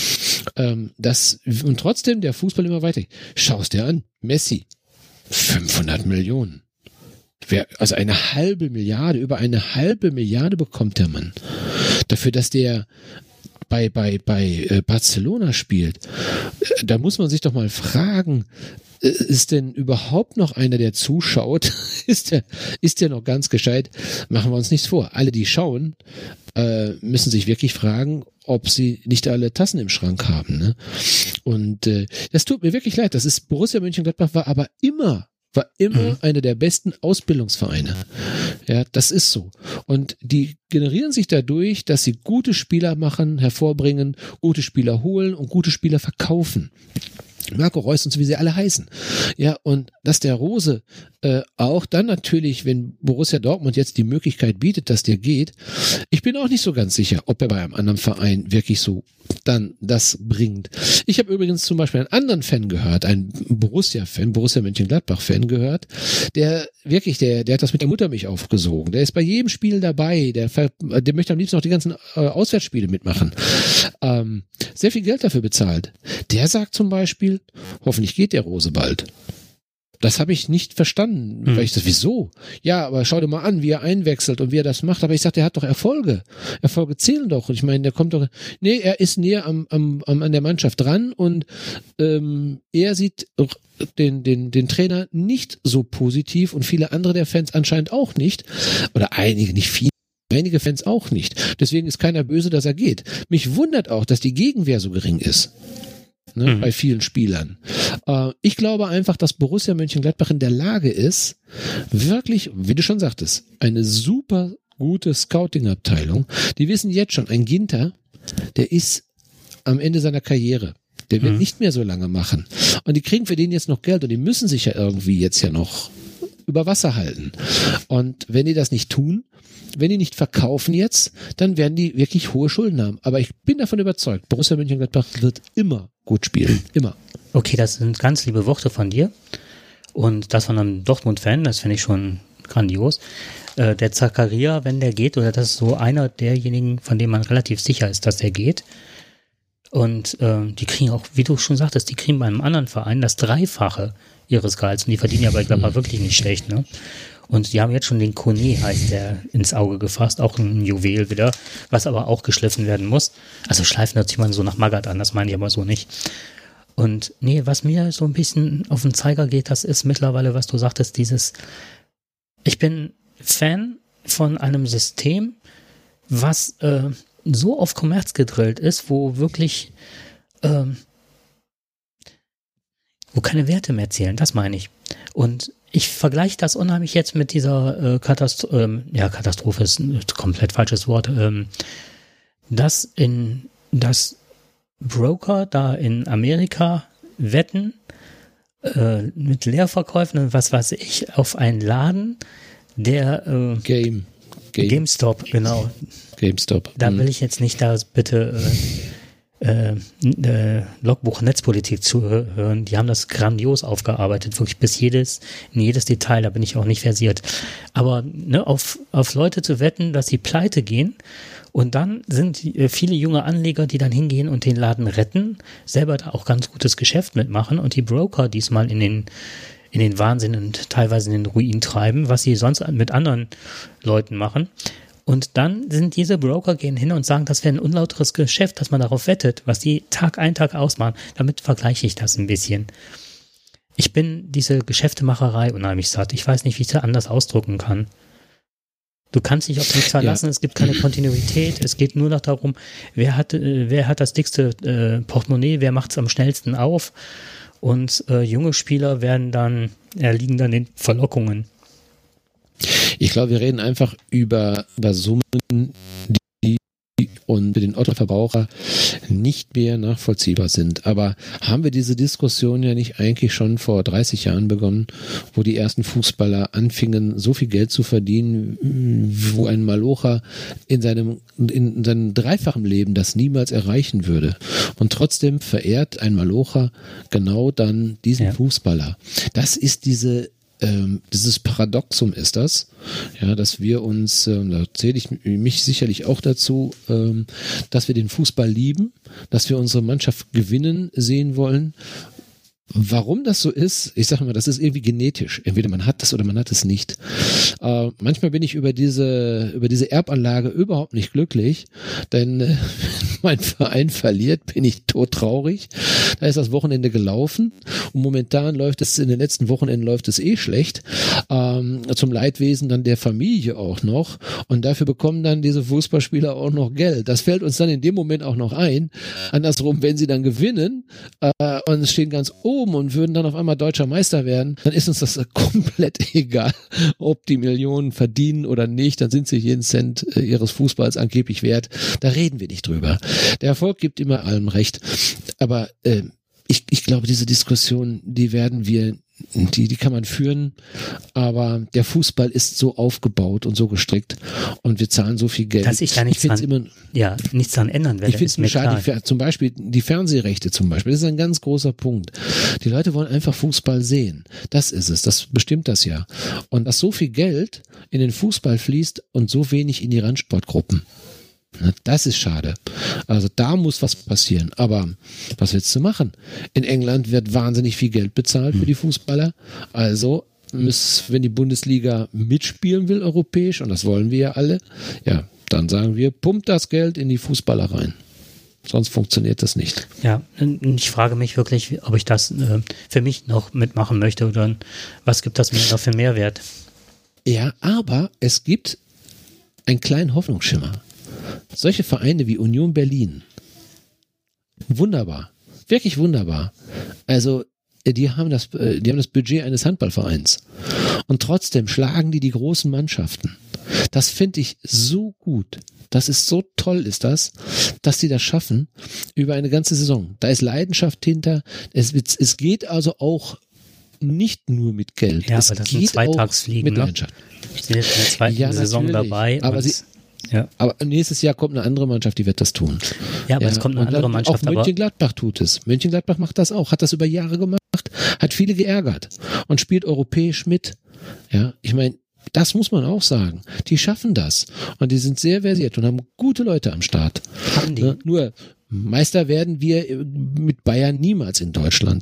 Speaker 2: Und trotzdem der Fußball immer weiter. Schau es dir an, Messi, 500 Millionen. Also über eine halbe Milliarde bekommt der Mann. Dafür, dass der bei Barcelona spielt. Da muss man sich doch mal fragen, ist denn überhaupt noch einer, der zuschaut? Ist der noch ganz gescheit? Machen wir uns nichts vor. Alle, die schauen, müssen sich wirklich fragen, ob sie nicht alle Tassen im Schrank haben. Ne? Und das tut mir wirklich leid. Das ist Borussia Mönchengladbach war immer einer der besten Ausbildungsvereine. Ja, das ist so. Und die generieren sich dadurch, dass sie gute Spieler hervorbringen, gute Spieler holen und gute Spieler verkaufen. Marco Reus und so, wie sie alle heißen. Ja, und dass der Rose auch dann natürlich, wenn Borussia Dortmund jetzt die Möglichkeit bietet, dass der geht, ich bin auch nicht so ganz sicher, ob er bei einem anderen Verein wirklich so dann das bringt. Ich habe übrigens zum Beispiel einen anderen Fan gehört, einen Borussia Mönchengladbach-Fan gehört, der hat das mit der Muttermilch aufgesogen. Der ist bei jedem Spiel dabei, der möchte am liebsten auch die ganzen Auswärtsspiele mitmachen. Sehr viel Geld dafür bezahlt. Der sagt zum Beispiel, hoffentlich geht der Rose bald. Das habe ich nicht verstanden, weil ich das, wieso? Ja, aber schau dir mal an, wie er einwechselt und wie er das macht. Aber ich sagte, er hat doch Erfolge. Erfolge zählen doch. Und ich meine, der kommt doch, nee, er ist näher an der Mannschaft dran und er sieht den Trainer nicht so positiv und viele andere der Fans anscheinend auch nicht. Oder einige, nicht viele. Einige Fans auch nicht. Deswegen ist keiner böse, dass er geht. Mich wundert auch, dass die Gegenwehr so gering ist. Bei vielen Spielern. Ich glaube einfach, dass Borussia Mönchengladbach in der Lage ist, wirklich, wie du schon sagtest, eine super gute Scouting-Abteilung. Die wissen jetzt schon, ein Ginter, der ist am Ende seiner Karriere. Der wird nicht mehr so lange machen. Und die kriegen für den jetzt noch Geld und die müssen sich ja irgendwie jetzt ja noch über Wasser halten. Und wenn die das nicht tun, wenn die nicht verkaufen jetzt, dann werden die wirklich hohe Schulden haben. Aber ich bin davon überzeugt, Borussia Mönchengladbach wird immer gut spielen. Immer.
Speaker 1: Okay, das sind ganz liebe Worte von dir. Und das von einem Dortmund-Fan, das finde ich schon grandios. Der Zakaria, wenn der geht, oder das ist so einer derjenigen, von dem man relativ sicher ist, dass der geht. Und die kriegen auch, wie du schon sagtest, die kriegen bei einem anderen Verein das Dreifache ihres Gehalts. Und die verdienen ja bei Gladbach wirklich nicht schlecht, ne? Und die haben jetzt schon den Kone, heißt der, ins Auge gefasst, auch ein Juwel wieder, was aber auch geschliffen werden muss. Also schleifen hört sich mal so nach Magath an, das meine ich aber so nicht. Und nee, was mir so ein bisschen auf den Zeiger geht, das ist mittlerweile, was du sagtest, ich bin Fan von einem System, was so auf Kommerz gedrillt ist, wo wirklich wo keine Werte mehr zählen, das meine ich. Und ich vergleiche das unheimlich jetzt mit dieser Katastrophe ist ein komplett falsches Wort, dass Broker da in Amerika wetten mit Leerverkäufen und was weiß ich auf einen Laden, der GameStop, genau.
Speaker 2: GameStop.
Speaker 1: Da will ich jetzt nicht da bitte Logbuch Netzpolitik zuhören. Die haben das grandios aufgearbeitet, wirklich bis in jedes Detail, da bin ich auch nicht versiert. Aber ne, auf Leute zu wetten, dass sie pleite gehen und dann sind viele junge Anleger, die dann hingehen und den Laden retten, selber da auch ganz gutes Geschäft mitmachen und die Broker diesmal in den Wahnsinn und teilweise in den Ruin treiben, was sie sonst mit anderen Leuten machen. Und dann sind diese Broker gehen hin und sagen, das wäre ein unlauteres Geschäft, dass man darauf wettet, was die Tag ein, Tag ausmachen. Damit vergleiche ich das ein bisschen. Ich bin diese Geschäftemacherei unheimlich satt. Ich weiß nicht, wie ich es anders ausdrücken kann. Du kannst dich auf nichts verlassen, es gibt keine Kontinuität, es geht nur noch darum, wer hat das dickste Portemonnaie, wer macht es am schnellsten auf und junge Spieler erliegen dann den Verlockungen.
Speaker 2: Ich glaube, wir reden einfach über Summen, die und für den Otto-Verbraucher nicht mehr nachvollziehbar sind. Aber haben wir diese Diskussion ja nicht eigentlich schon vor 30 Jahren begonnen, wo die ersten Fußballer anfingen, so viel Geld zu verdienen, wo ein Malocher in seinem dreifachen Leben das niemals erreichen würde. Und trotzdem verehrt ein Malocher genau dann diesen Fußballer. Das ist dieses Paradoxum ist das, ja, dass wir uns, da zähle ich mich sicherlich auch dazu, dass wir den Fußball lieben, dass wir unsere Mannschaft gewinnen sehen wollen. Warum das so ist, ich sage mal, das ist irgendwie genetisch. Entweder man hat das oder man hat es nicht. Manchmal bin ich über diese Erbanlage überhaupt nicht glücklich, denn wenn mein Verein verliert, bin ich todtraurig. Da ist das Wochenende gelaufen und momentan in den letzten Wochenenden läuft es schlecht. Zum Leidwesen dann der Familie auch noch und dafür bekommen dann diese Fußballspieler auch noch Geld. Das fällt uns dann in dem Moment auch noch ein. Andersrum, wenn sie dann gewinnen und stehen ganz oben und würden dann auf einmal deutscher Meister werden, dann ist uns das komplett egal, ob die Millionen verdienen oder nicht, dann sind sie jeden Cent ihres Fußballs angeblich wert. Da reden wir nicht drüber. Der Erfolg gibt immer allem recht. Aber ich glaube, diese Diskussion, die kann man führen, aber der Fußball ist so aufgebaut und so gestrickt und wir zahlen so viel Geld.
Speaker 1: Dass ich da nichts dran ändern werde.
Speaker 2: Ich finde es mir schade, zum Beispiel die Fernsehrechte zum Beispiel, das ist ein ganz großer Punkt. Die Leute wollen einfach Fußball sehen. Das ist es, das bestimmt das ja. Und dass so viel Geld in den Fußball fließt und so wenig in die Randsportgruppen. Das ist schade. Also da muss was passieren. Aber was willst du machen? In England wird wahnsinnig viel Geld bezahlt für die Fußballer. Also wenn die Bundesliga mitspielen will europäisch, und das wollen wir ja alle, ja, dann sagen wir, pumpt das Geld in die Fußballer rein. Sonst funktioniert das nicht.
Speaker 1: Ja, ich frage mich wirklich, ob ich das für mich noch mitmachen möchte oder was gibt das mir noch für Mehrwert?
Speaker 2: Ja, aber es gibt einen kleinen Hoffnungsschimmer. Solche Vereine wie Union Berlin, wunderbar, wirklich wunderbar. Also die haben das Budget eines Handballvereins und trotzdem schlagen die großen Mannschaften. Das finde ich so gut. Das ist so toll, dass die das schaffen über eine ganze Saison. Da ist Leidenschaft hinter. Es geht also auch nicht nur mit Geld.
Speaker 1: Ja,
Speaker 2: es
Speaker 1: aber das
Speaker 2: geht
Speaker 1: sind Zweitagsfliegen,
Speaker 2: mit Leidenschaft.
Speaker 1: Sie sind in der zweiten Saison dabei.
Speaker 2: Aber nächstes Jahr kommt eine andere Mannschaft, die wird das tun.
Speaker 1: Ja, aber es kommt eine andere Mannschaft.
Speaker 2: Auch Mönchengladbach tut es. Mönchengladbach macht das auch, hat das über Jahre gemacht, hat viele geärgert und spielt europäisch mit. Ja, ich meine, das muss man auch sagen. Die schaffen das. Und die sind sehr versiert und haben gute Leute am Start.
Speaker 1: Haben die?
Speaker 2: Nur Meister werden wir mit Bayern niemals in Deutschland.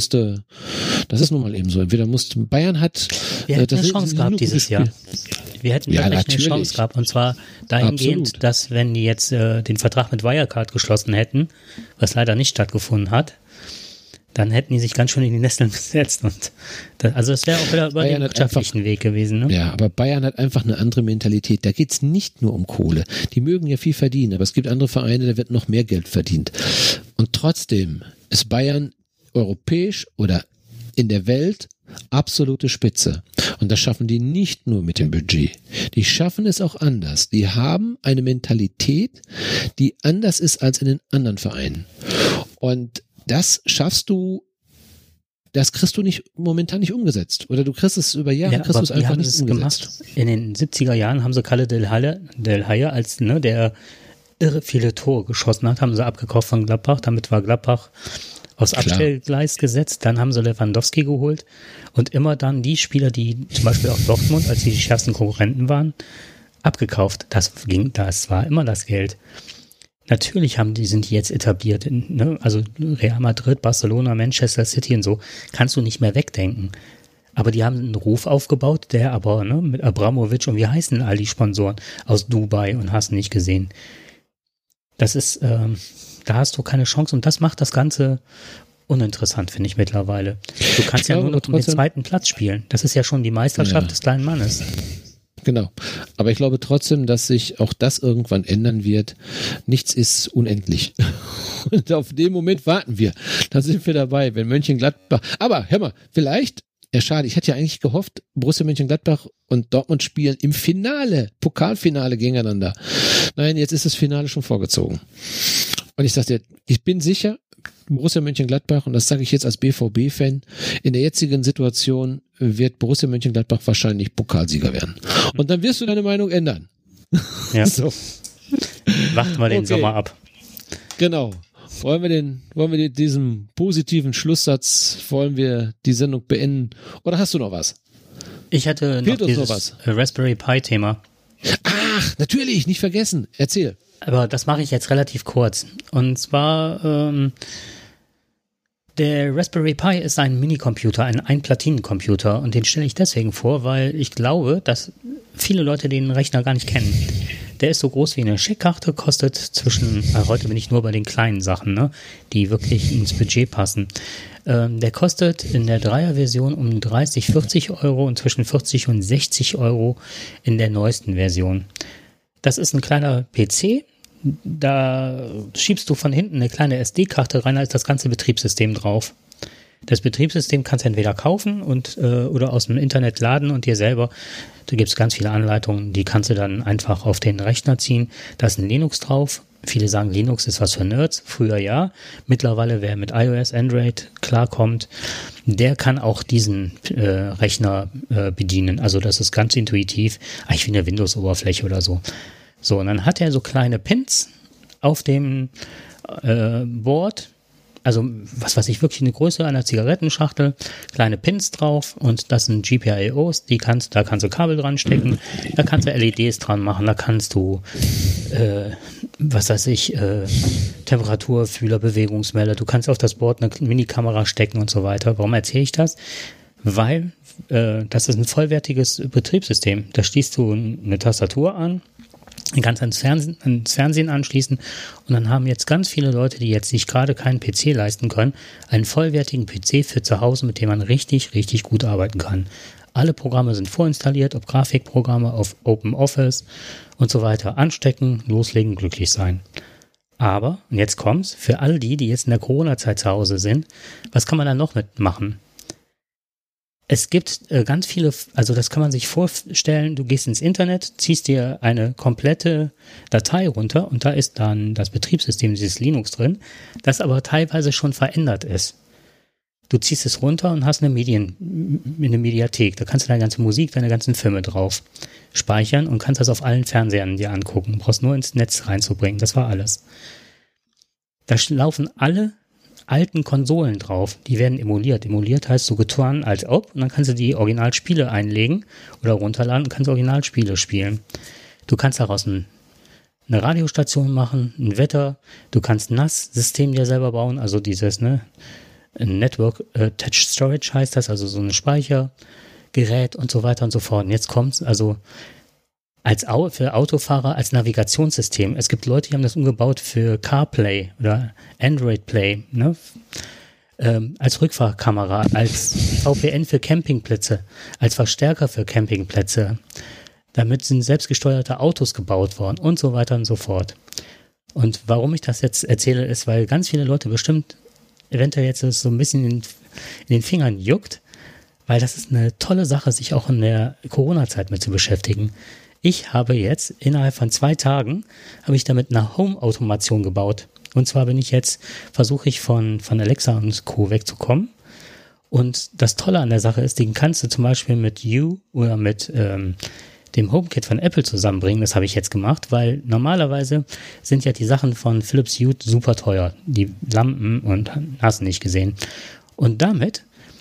Speaker 2: Das ist nun mal eben so, Bayern hat...
Speaker 1: Wir hätten eine Chance gehabt dieses Jahr. Wir hätten wirklich eine Chance gehabt. Und zwar dahingehend, dass wenn die jetzt den Vertrag mit Wirecard geschlossen hätten, was leider nicht stattgefunden hat, dann hätten die sich ganz schön in die Nesseln gesetzt. Und das wäre auch wieder über den wirtschaftlichen Weg gewesen. Ne?
Speaker 2: Ja, aber Bayern hat einfach eine andere Mentalität. Da geht es nicht nur um Kohle. Die mögen ja viel verdienen, aber es gibt andere Vereine, da wird noch mehr Geld verdient. Und trotzdem ist Bayern europäisch oder in der Welt absolute Spitze. Und das schaffen die nicht nur mit dem Budget. Die schaffen es auch anders. Die haben eine Mentalität, die anders ist als in den anderen Vereinen. Und das kriegst du momentan nicht umgesetzt. Oder du kriegst es über Jahre, kriegst du es einfach nicht umgesetzt.
Speaker 1: In den 70er Jahren haben sie Kalle Del Halle als der irre viele Tore geschossen hat, haben sie abgekauft von Gladbach. Damit war Gladbach aufs Abstellgleis gesetzt. Dann haben sie Lewandowski geholt. Und immer dann die Spieler, die zum Beispiel auch Dortmund, als sie die schärfsten Konkurrenten waren, abgekauft. Das war immer das Geld. Natürlich sind die jetzt etabliert, ne? Also Real Madrid, Barcelona, Manchester City und so, kannst du nicht mehr wegdenken. Aber die haben einen Ruf aufgebaut, der aber mit Abramovic und wie heißen all die Sponsoren aus Dubai und hast nicht gesehen. Das ist, da hast du keine Chance und das macht das Ganze uninteressant, finde ich mittlerweile. Du kannst ja nur noch um den zweiten Platz spielen. Das ist ja schon die Meisterschaft des kleinen Mannes.
Speaker 2: Genau. Aber ich glaube trotzdem, dass sich auch das irgendwann ändern wird. Nichts ist unendlich. Und auf den Moment warten wir. Da sind wir dabei, wenn Mönchengladbach. Aber hör mal, vielleicht, schade, ich hatte ja eigentlich gehofft, Borussia Mönchengladbach und Dortmund spielen im Finale, Pokalfinale gegeneinander. Nein, jetzt ist das Finale schon vorgezogen. Und ich sag dir, ich bin sicher, Borussia Mönchengladbach, und das sage ich jetzt als BVB-Fan, in der jetzigen Situation wird Borussia Mönchengladbach wahrscheinlich Pokalsieger werden. Und dann wirst du deine Meinung ändern.
Speaker 1: Ja. So. Warten wir den Sommer ab.
Speaker 2: Genau. Wollen wir diesem positiven Schlusssatz, die Sendung beenden? Oder hast du noch was?
Speaker 1: Ich hatte noch dieses Raspberry Pi-Thema.
Speaker 2: Ach, natürlich, nicht vergessen. Erzähl.
Speaker 1: Aber das mache ich jetzt relativ kurz. Und zwar, der Raspberry Pi ist ein Minicomputer, ein Einplatinencomputer. Und den stelle ich deswegen vor, weil ich glaube, dass viele Leute den Rechner gar nicht kennen. Der ist so groß wie eine Scheckkarte, kostet heute bin ich nur bei den kleinen Sachen, ne, die wirklich ins Budget passen. Der kostet in der Dreier-Version um 30, 40 Euro und zwischen 40 und 60 Euro in der neuesten Version. Das ist ein kleiner PC, da schiebst du von hinten eine kleine SD-Karte rein, da ist das ganze Betriebssystem drauf. Das Betriebssystem kannst du entweder kaufen oder aus dem Internet laden und dir selber, da gibt es ganz viele Anleitungen, die kannst du dann einfach auf den Rechner ziehen. Da ist ein Linux drauf. Viele sagen, Linux ist was für Nerds. Früher ja. Mittlerweile, wer mit iOS, Android klarkommt, der kann auch diesen Rechner bedienen. Also das ist ganz intuitiv, eigentlich wie eine Windows-Oberfläche oder so. So, und dann hat er so kleine Pins auf dem Board. Also, was weiß ich, wirklich eine Größe einer Zigarettenschachtel, kleine Pins drauf und das sind GPIOs, da kannst du Kabel dran stecken, da kannst du LEDs dran machen, da kannst du was weiß ich, Temperaturfühler, Bewegungsmelder. Du kannst auf das Board eine Minikamera stecken und so weiter. Warum erzähle ich das? Weil das ist ein vollwertiges Betriebssystem. Da schließt du eine Tastatur an, kannst ans Fernsehen anschließen und dann haben jetzt ganz viele Leute, die jetzt sich gerade keinen PC leisten können, einen vollwertigen PC für zu Hause, mit dem man richtig, richtig gut arbeiten kann. Alle Programme sind vorinstalliert, ob Grafikprogramme, auf OpenOffice und so weiter. Anstecken, loslegen, glücklich sein. Aber, und jetzt kommt's, für all die jetzt in der Corona-Zeit zu Hause sind, was kann man da noch mitmachen? Es gibt ganz viele, also das kann man sich vorstellen, du gehst ins Internet, ziehst dir eine komplette Datei runter und da ist dann das Betriebssystem, dieses Linux drin, das aber teilweise schon verändert ist. Du ziehst es runter und hast eine Mediathek, da kannst du deine ganze Musik, deine ganzen Filme drauf speichern und kannst das auf allen Fernsehern dir angucken. Du brauchst nur ins Netz reinzubringen, das war alles. Da laufen alle alten Konsolen drauf, die werden emuliert. Emuliert heißt so getan als ob und dann kannst du die Originalspiele einlegen oder runterladen und kannst Originalspiele spielen. Du kannst daraus eine Radiostation machen, ein Wetter, du kannst ein NAS-System dir selber bauen, also dieses, ein Network Attached Storage heißt das, also so ein Speichergerät und so weiter und so fort. Und jetzt kommt's, also für Autofahrer als Navigationssystem. Es gibt Leute, die haben das umgebaut für CarPlay oder Android Play, ne? Als Rückfahrkamera, als VPN für Campingplätze, als Verstärker für Campingplätze. Damit sind selbstgesteuerte Autos gebaut worden und so weiter und so fort. Und warum ich das jetzt erzähle, ist, weil ganz viele Leute bestimmt eventuell jetzt so ein bisschen in den Fingern juckt, weil das ist eine tolle Sache, sich auch in der Corona-Zeit mit zu beschäftigen. Ich habe jetzt innerhalb von 2 Tagen habe ich damit eine Home-Automation gebaut. Und zwar versuche ich von Alexa und Co. wegzukommen. Und das Tolle an der Sache ist, den kannst du zum Beispiel mit Hue oder mit dem HomeKit von Apple zusammenbringen. Das habe ich jetzt gemacht, weil normalerweise sind ja die Sachen von Philips Hue super teuer. Die Lampen und hast du nicht gesehen. Und damit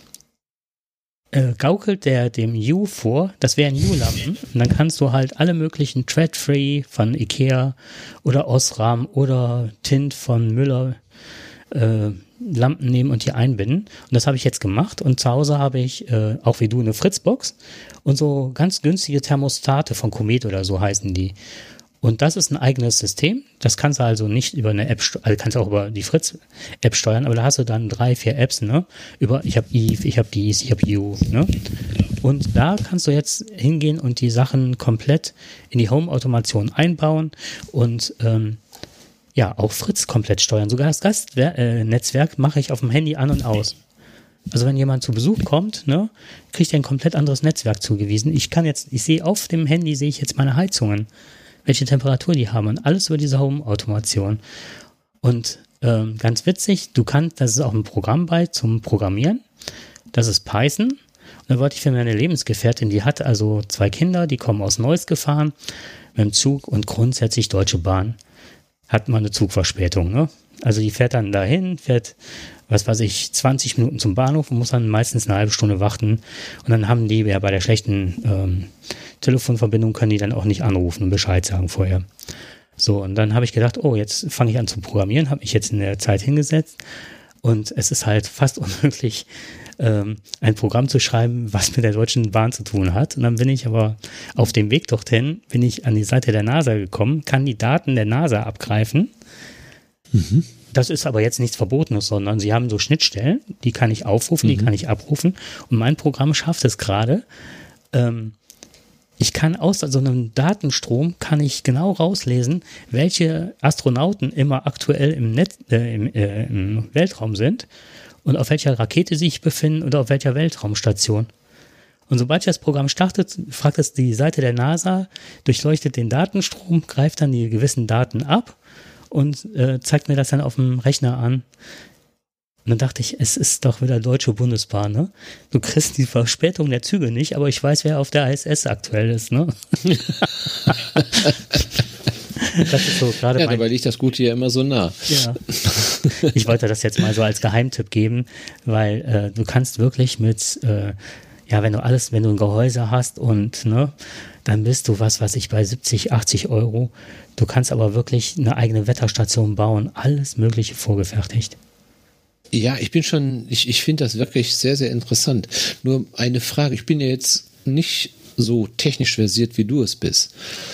Speaker 1: gaukelt der dem Hue vor, das wären Hue-Lampen und dann kannst du halt alle möglichen Thread-Free von Ikea oder Osram oder Tint von Müller Lampen nehmen und die einbinden. Und das habe ich jetzt gemacht und zu Hause habe ich, auch wie du, eine Fritzbox und so ganz günstige Thermostate von Comet oder so heißen die. Und das ist ein eigenes System. Das kannst du also nicht über eine App, also kannst du auch über die Fritz-App steuern, aber da hast du dann 3, 4 Apps, ne? Ich habe Eve, ich habe dies, ich habe You, ne? Und da kannst du jetzt hingehen und die Sachen komplett in die Home-Automation einbauen und auch Fritz komplett steuern. Sogar das Gastnetzwerk mache ich auf dem Handy an und aus. Also wenn jemand zu Besuch kommt, ne, kriegt er ein komplett anderes Netzwerk zugewiesen. Ich sehe auf dem Handy, sehe ich jetzt meine Heizungen, welche Temperatur die haben und alles über diese Home-Automation. Und ganz witzig, das ist auch ein Programm bei zum Programmieren. Das ist Python. Und da wollte ich für meine Lebensgefährtin, die hat also 2 Kinder, die kommen aus Neuss gefahren mit dem Zug und grundsätzlich Deutsche Bahn hat man eine Zugverspätung, ne? Also die fährt dann dahin, 20 Minuten zum Bahnhof und muss dann meistens eine halbe Stunde warten. Und dann haben die ja bei der schlechten Telefonverbindung können die dann auch nicht anrufen und Bescheid sagen vorher. So, und dann habe ich gedacht, jetzt fange ich an zu programmieren, habe mich jetzt in der Zeit hingesetzt und es ist halt fast unmöglich, ein Programm zu schreiben, was mit der Deutschen Bahn zu tun hat. Und dann bin ich aber auf dem Weg dorthin, bin ich an die Seite der NASA gekommen, kann die Daten der NASA abgreifen. Mhm. Das ist aber jetzt nichts Verbotenes, sondern sie haben so Schnittstellen, die kann ich aufrufen, die kann ich abrufen. Und mein Programm schafft es gerade. Ich kann aus so einem Datenstrom kann ich genau rauslesen, welche Astronauten immer aktuell im Weltraum sind und auf welcher Rakete sie sich befinden oder auf welcher Weltraumstation. Und sobald ich das Programm startet, fragt es die Seite der NASA, durchleuchtet den Datenstrom, greift dann die gewissen Daten ab und zeigt mir das dann auf dem Rechner an. Und dann dachte ich, es ist doch wieder Deutsche Bundesbahn, ne? Du kriegst die Verspätung der Züge nicht, aber ich weiß, wer auf der ISS aktuell ist, ne? Das ist so gerade
Speaker 2: dabei liegt das Gute ja immer so nah.
Speaker 1: Ja. Ich wollte das jetzt mal so als Geheimtipp geben, weil du kannst wirklich mit Ja, wenn du ein Gehäuse hast und ne, dann bist du, was weiß ich, bei 70, 80 Euro. Du kannst aber wirklich eine eigene Wetterstation bauen, alles Mögliche vorgefertigt.
Speaker 2: Ja, ich finde das wirklich sehr, sehr interessant. Nur eine Frage, ich bin ja jetzt nicht so technisch versiert, wie du es bist.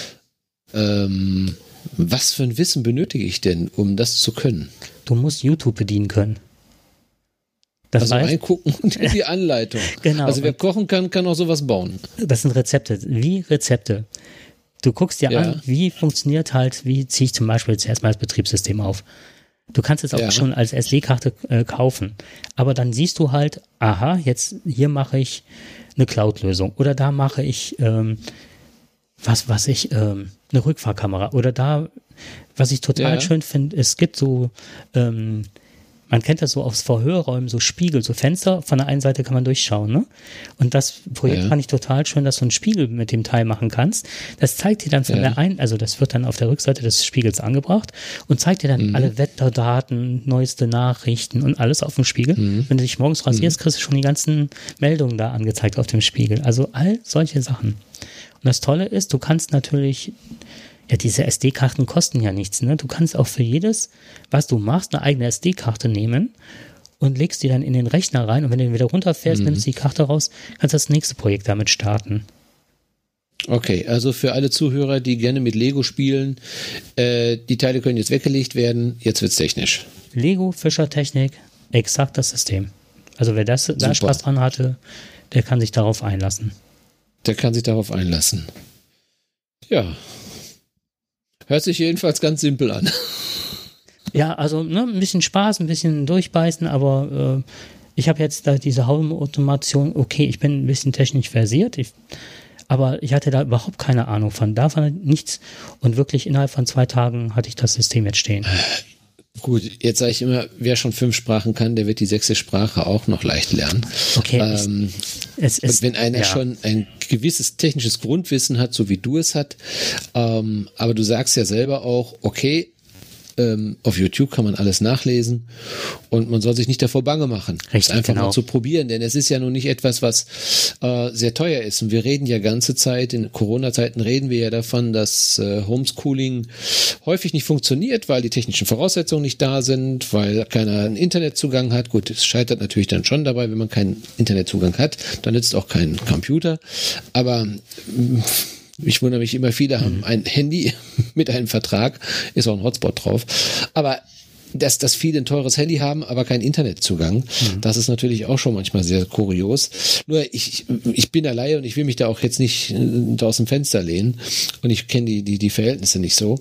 Speaker 2: Was für ein Wissen benötige ich denn, um das zu können?
Speaker 1: Du musst YouTube bedienen können. Das
Speaker 2: also
Speaker 1: heißt,
Speaker 2: reingucken und die Anleitung.
Speaker 1: Genau.
Speaker 2: Also wer kochen kann, kann auch sowas bauen.
Speaker 1: Das sind Rezepte, wie Rezepte. Du guckst dir an, wie funktioniert halt, wie ziehe ich zum Beispiel jetzt erstmal das Betriebssystem auf. Du kannst es auch schon als SD-Karte kaufen. Aber dann siehst du halt, aha, jetzt hier mache ich eine Cloud-Lösung. Oder da mache ich, eine Rückfahrkamera. Oder da, was ich total schön finde, es gibt so, man kennt das so aus Verhörräumen, so Spiegel, so Fenster, von der einen Seite kann man durchschauen, ne? Und das Projekt fand ich total schön, dass du einen Spiegel mit dem Teil machen kannst. Das zeigt dir dann von der einen, also das wird dann auf der Rückseite des Spiegels angebracht und zeigt dir dann alle Wetterdaten, neueste Nachrichten und alles auf dem Spiegel. Wenn du dich morgens rasierst, kriegst du schon die ganzen Meldungen da angezeigt auf dem Spiegel. Also all solche Sachen. Und das Tolle ist, du kannst natürlich, ja, diese SD-Karten kosten ja nichts, ne? Du kannst auch für jedes, was du machst, eine eigene SD-Karte nehmen und legst die dann in den Rechner rein und wenn du den wieder runterfährst, nimmst du die Karte raus, kannst das nächste Projekt damit starten.
Speaker 2: Okay, also für alle Zuhörer, die gerne mit Lego spielen, die Teile können jetzt weggelegt werden, jetzt wird's technisch.
Speaker 1: Lego, Fischertechnik, exakt das System. Also wer da Spaß dran hatte, der kann sich darauf einlassen. Ja. Hört sich jedenfalls ganz simpel an. Ja, also ne, ein bisschen Spaß, ein bisschen durchbeißen, aber ich habe jetzt da diese Home-Automation, okay, ich bin ein bisschen technisch versiert, aber ich hatte da überhaupt keine Ahnung von, davon nichts und wirklich innerhalb von 2 Tagen hatte ich das System jetzt stehen.
Speaker 2: Gut, jetzt sage ich immer, wer schon 5 Sprachen kann, der wird die 6. Sprache auch noch leicht lernen.
Speaker 1: Okay.
Speaker 2: Und wenn einer schon ein gewisses technisches Grundwissen hat, so wie du es hast, aber du sagst ja selber auch, okay, auf YouTube kann man alles nachlesen und man soll sich nicht davor bange machen, es einfach mal zu probieren, denn es ist ja nun nicht etwas, was sehr teuer ist und wir reden ja ganze Zeit, in Corona-Zeiten reden wir ja davon, dass Homeschooling häufig nicht funktioniert, weil die technischen Voraussetzungen nicht da sind, weil keiner einen Internetzugang hat. Gut, es scheitert natürlich dann schon dabei, wenn man keinen Internetzugang hat, dann nützt auch kein Computer, aber ich wundere mich immer, viele haben ein Handy mit einem Vertrag, ist auch ein Hotspot drauf, aber dass viele ein teures Handy haben, aber keinen Internetzugang, das ist natürlich auch schon manchmal sehr kurios. Nur ich bin der Laie und ich will mich da auch jetzt nicht da aus dem Fenster lehnen und ich kenne die Verhältnisse nicht so.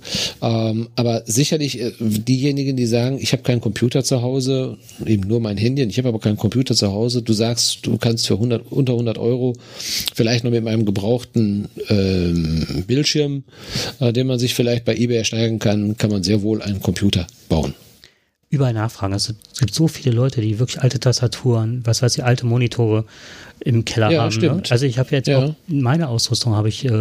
Speaker 2: Aber sicherlich diejenigen, die sagen, ich habe keinen Computer zu Hause, eben nur mein Handy, und ich habe aber keinen Computer zu Hause, du sagst, du kannst für unter 100 Euro vielleicht noch mit einem gebrauchten Bildschirm, den man sich vielleicht bei eBay ersteigern kann man sehr wohl einen Computer bauen.
Speaker 1: Überall nachfragen. Also, es gibt so viele Leute, die wirklich alte Tastaturen, was weiß ich, alte Monitore im Keller haben. Ne? Also ich habe jetzt auch meine Ausrüstung habe ich,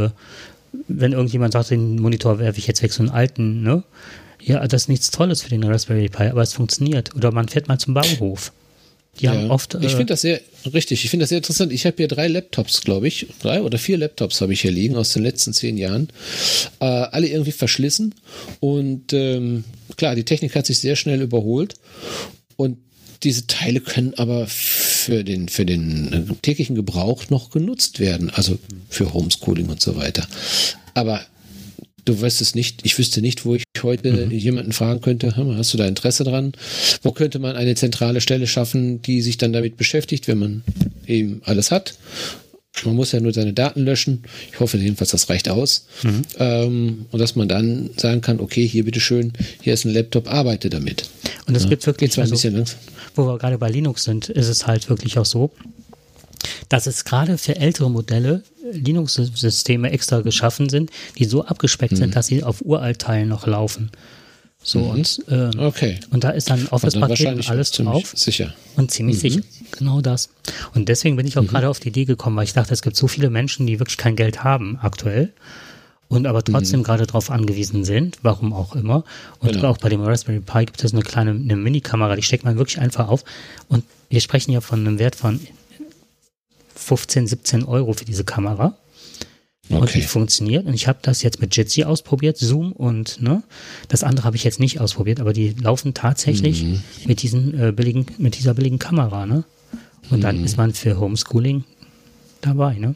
Speaker 1: wenn irgendjemand sagt, den Monitor werfe ich jetzt weg, so einen alten, ne? Ja, das ist nichts Tolles für den Raspberry Pi, aber es funktioniert. Oder man fährt mal zum Bauhof. Die haben oft.
Speaker 2: Ich finde das sehr richtig. Ich finde das sehr interessant. Ich habe hier 3 Laptops, glaube ich. 3 oder 4 Laptops habe ich hier liegen aus den letzten 10 Jahren. Alle irgendwie verschlissen. Und klar, die Technik hat sich sehr schnell überholt. Und diese Teile können aber für den täglichen Gebrauch noch genutzt werden. Also für Homeschooling und so weiter. Aber du weißt es nicht, ich wüsste nicht, wo ich heute jemanden fragen könnte, hast du da Interesse dran? Wo könnte man eine zentrale Stelle schaffen, die sich dann damit beschäftigt, wenn man eben alles hat? Man muss ja nur seine Daten löschen. Ich hoffe jedenfalls, das reicht aus. Und dass man dann sagen kann, okay, hier bitteschön, hier ist ein Laptop, arbeite damit.
Speaker 1: Und es gibt wirklich,
Speaker 2: zwar ein bisschen langsam.
Speaker 1: Wo wir gerade bei Linux sind, ist es halt wirklich auch so, dass es gerade für ältere Modelle Linux-Systeme extra geschaffen sind, die so abgespeckt sind, dass sie auf Uraltteilen noch laufen. So und da ist dann Office-Paket und alles drauf.
Speaker 2: Sicher.
Speaker 1: Und ziemlich sicher. Genau das. Und deswegen bin ich auch gerade auf die Idee gekommen, weil ich dachte, es gibt so viele Menschen, die wirklich kein Geld haben aktuell und aber trotzdem gerade darauf angewiesen sind, warum auch immer. Und auch bei dem Raspberry Pi gibt es eine Mini-Kamera, die steckt man wirklich einfach auf. Und wir sprechen ja von einem Wert von 15, 17 Euro für diese Kamera. Und die funktioniert. Und ich habe das jetzt mit Jitsi ausprobiert, Zoom und das andere habe ich jetzt nicht ausprobiert, aber die laufen tatsächlich mit dieser billigen Kamera, ne? Und dann ist man für Homeschooling dabei, ne?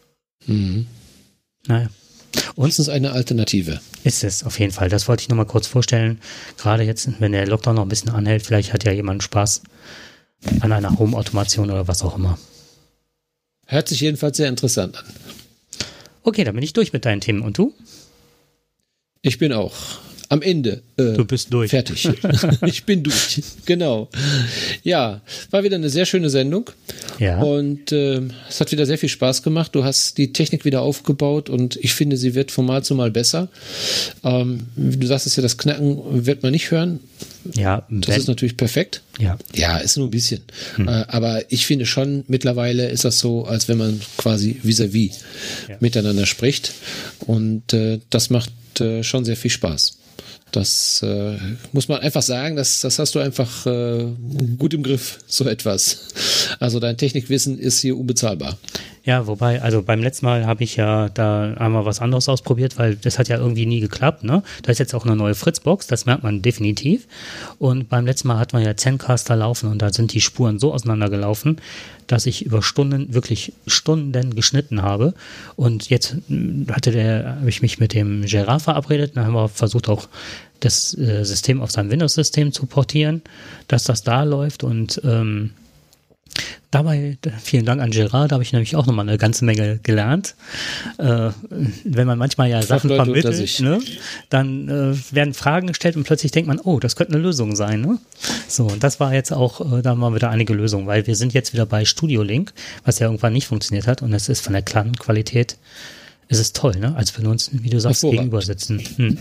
Speaker 1: Naja.
Speaker 2: Und es ist eine Alternative.
Speaker 1: Ist es, auf jeden Fall. Das wollte ich nur mal kurz vorstellen. Gerade jetzt, wenn der Lockdown noch ein bisschen anhält, vielleicht hat ja jemand Spaß an einer Home-Automation oder was auch immer.
Speaker 2: Hört sich jedenfalls sehr interessant an.
Speaker 1: Okay, dann bin ich durch mit deinen Themen. Und du?
Speaker 2: Ich bin auch am Ende.
Speaker 1: Du bist durch.
Speaker 2: Fertig. Ich bin durch. Genau. Ja, war wieder eine sehr schöne Sendung.
Speaker 1: Ja.
Speaker 2: Und es hat wieder sehr viel Spaß gemacht. Du hast die Technik wieder aufgebaut und ich finde, sie wird von Mal zu Mal besser. Du sagst ja, das Knacken wird man nicht hören.
Speaker 1: Ja.
Speaker 2: Das ist natürlich perfekt.
Speaker 1: Ja.
Speaker 2: Ja, ist nur ein bisschen. Aber ich finde schon, mittlerweile ist das so, als wenn man quasi vis-à-vis miteinander spricht. Und das macht schon sehr viel Spaß. Das muss man einfach sagen, das hast du einfach gut im Griff, so etwas. Also dein Technikwissen ist hier unbezahlbar.
Speaker 1: Ja, wobei, also beim letzten Mal habe ich ja da einmal was anderes ausprobiert, weil das hat ja irgendwie nie geklappt, ne? Da ist jetzt auch eine neue Fritzbox, das merkt man definitiv. Und beim letzten Mal hat man ja Zencaster laufen und da sind die Spuren so auseinandergelaufen, dass ich über Stunden, wirklich Stunden geschnitten habe. Und jetzt habe ich mich mit dem Gerard verabredet, dann haben wir versucht auch das System auf sein Windows-System zu portieren, dass das da läuft und dabei, vielen Dank an Gerard, da habe ich nämlich auch nochmal eine ganze Menge gelernt. Wenn man manchmal ja Sachen vermittelt, ne, dann werden Fragen gestellt und plötzlich denkt man, oh, das könnte eine Lösung sein. Ne? So, und das war jetzt auch, da waren wieder einige Lösungen, weil wir sind jetzt wieder bei Studio Link, was ja irgendwann nicht funktioniert hat und es ist von der Klangqualität, es ist toll, ne? Als wir uns, wie du sagst, gegenüber sitzen.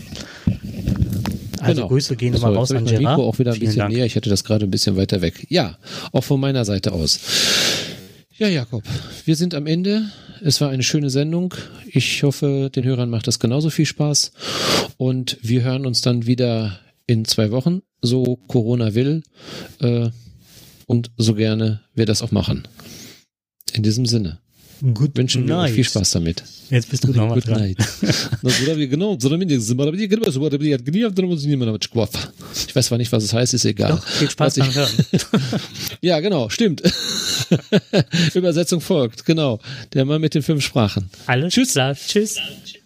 Speaker 1: Also genau. Grüße gehen immer raus an Gerard.
Speaker 2: Mikro auch wieder ein bisschen näher. Ich hatte das gerade ein bisschen weiter weg. Ja, auch von meiner Seite aus. Ja, Jakob, wir sind am Ende. Es war eine schöne Sendung. Ich hoffe, den Hörern macht das genauso viel Spaß. Und wir hören uns dann wieder in 2 Wochen, so Corona will. Und so gerne wir das auch machen. In diesem Sinne.
Speaker 1: Good
Speaker 2: wünschen wir euch viel Spaß damit.
Speaker 1: Jetzt bist du nochmal dran. Ich
Speaker 2: weiß zwar nicht, was es heißt, ist egal.
Speaker 1: Doch, viel Spaß beim Hören.
Speaker 2: Ja, genau, stimmt. Übersetzung folgt, genau. Der Mann mit den 5 Sprachen.
Speaker 1: Alles klar. Tschüss.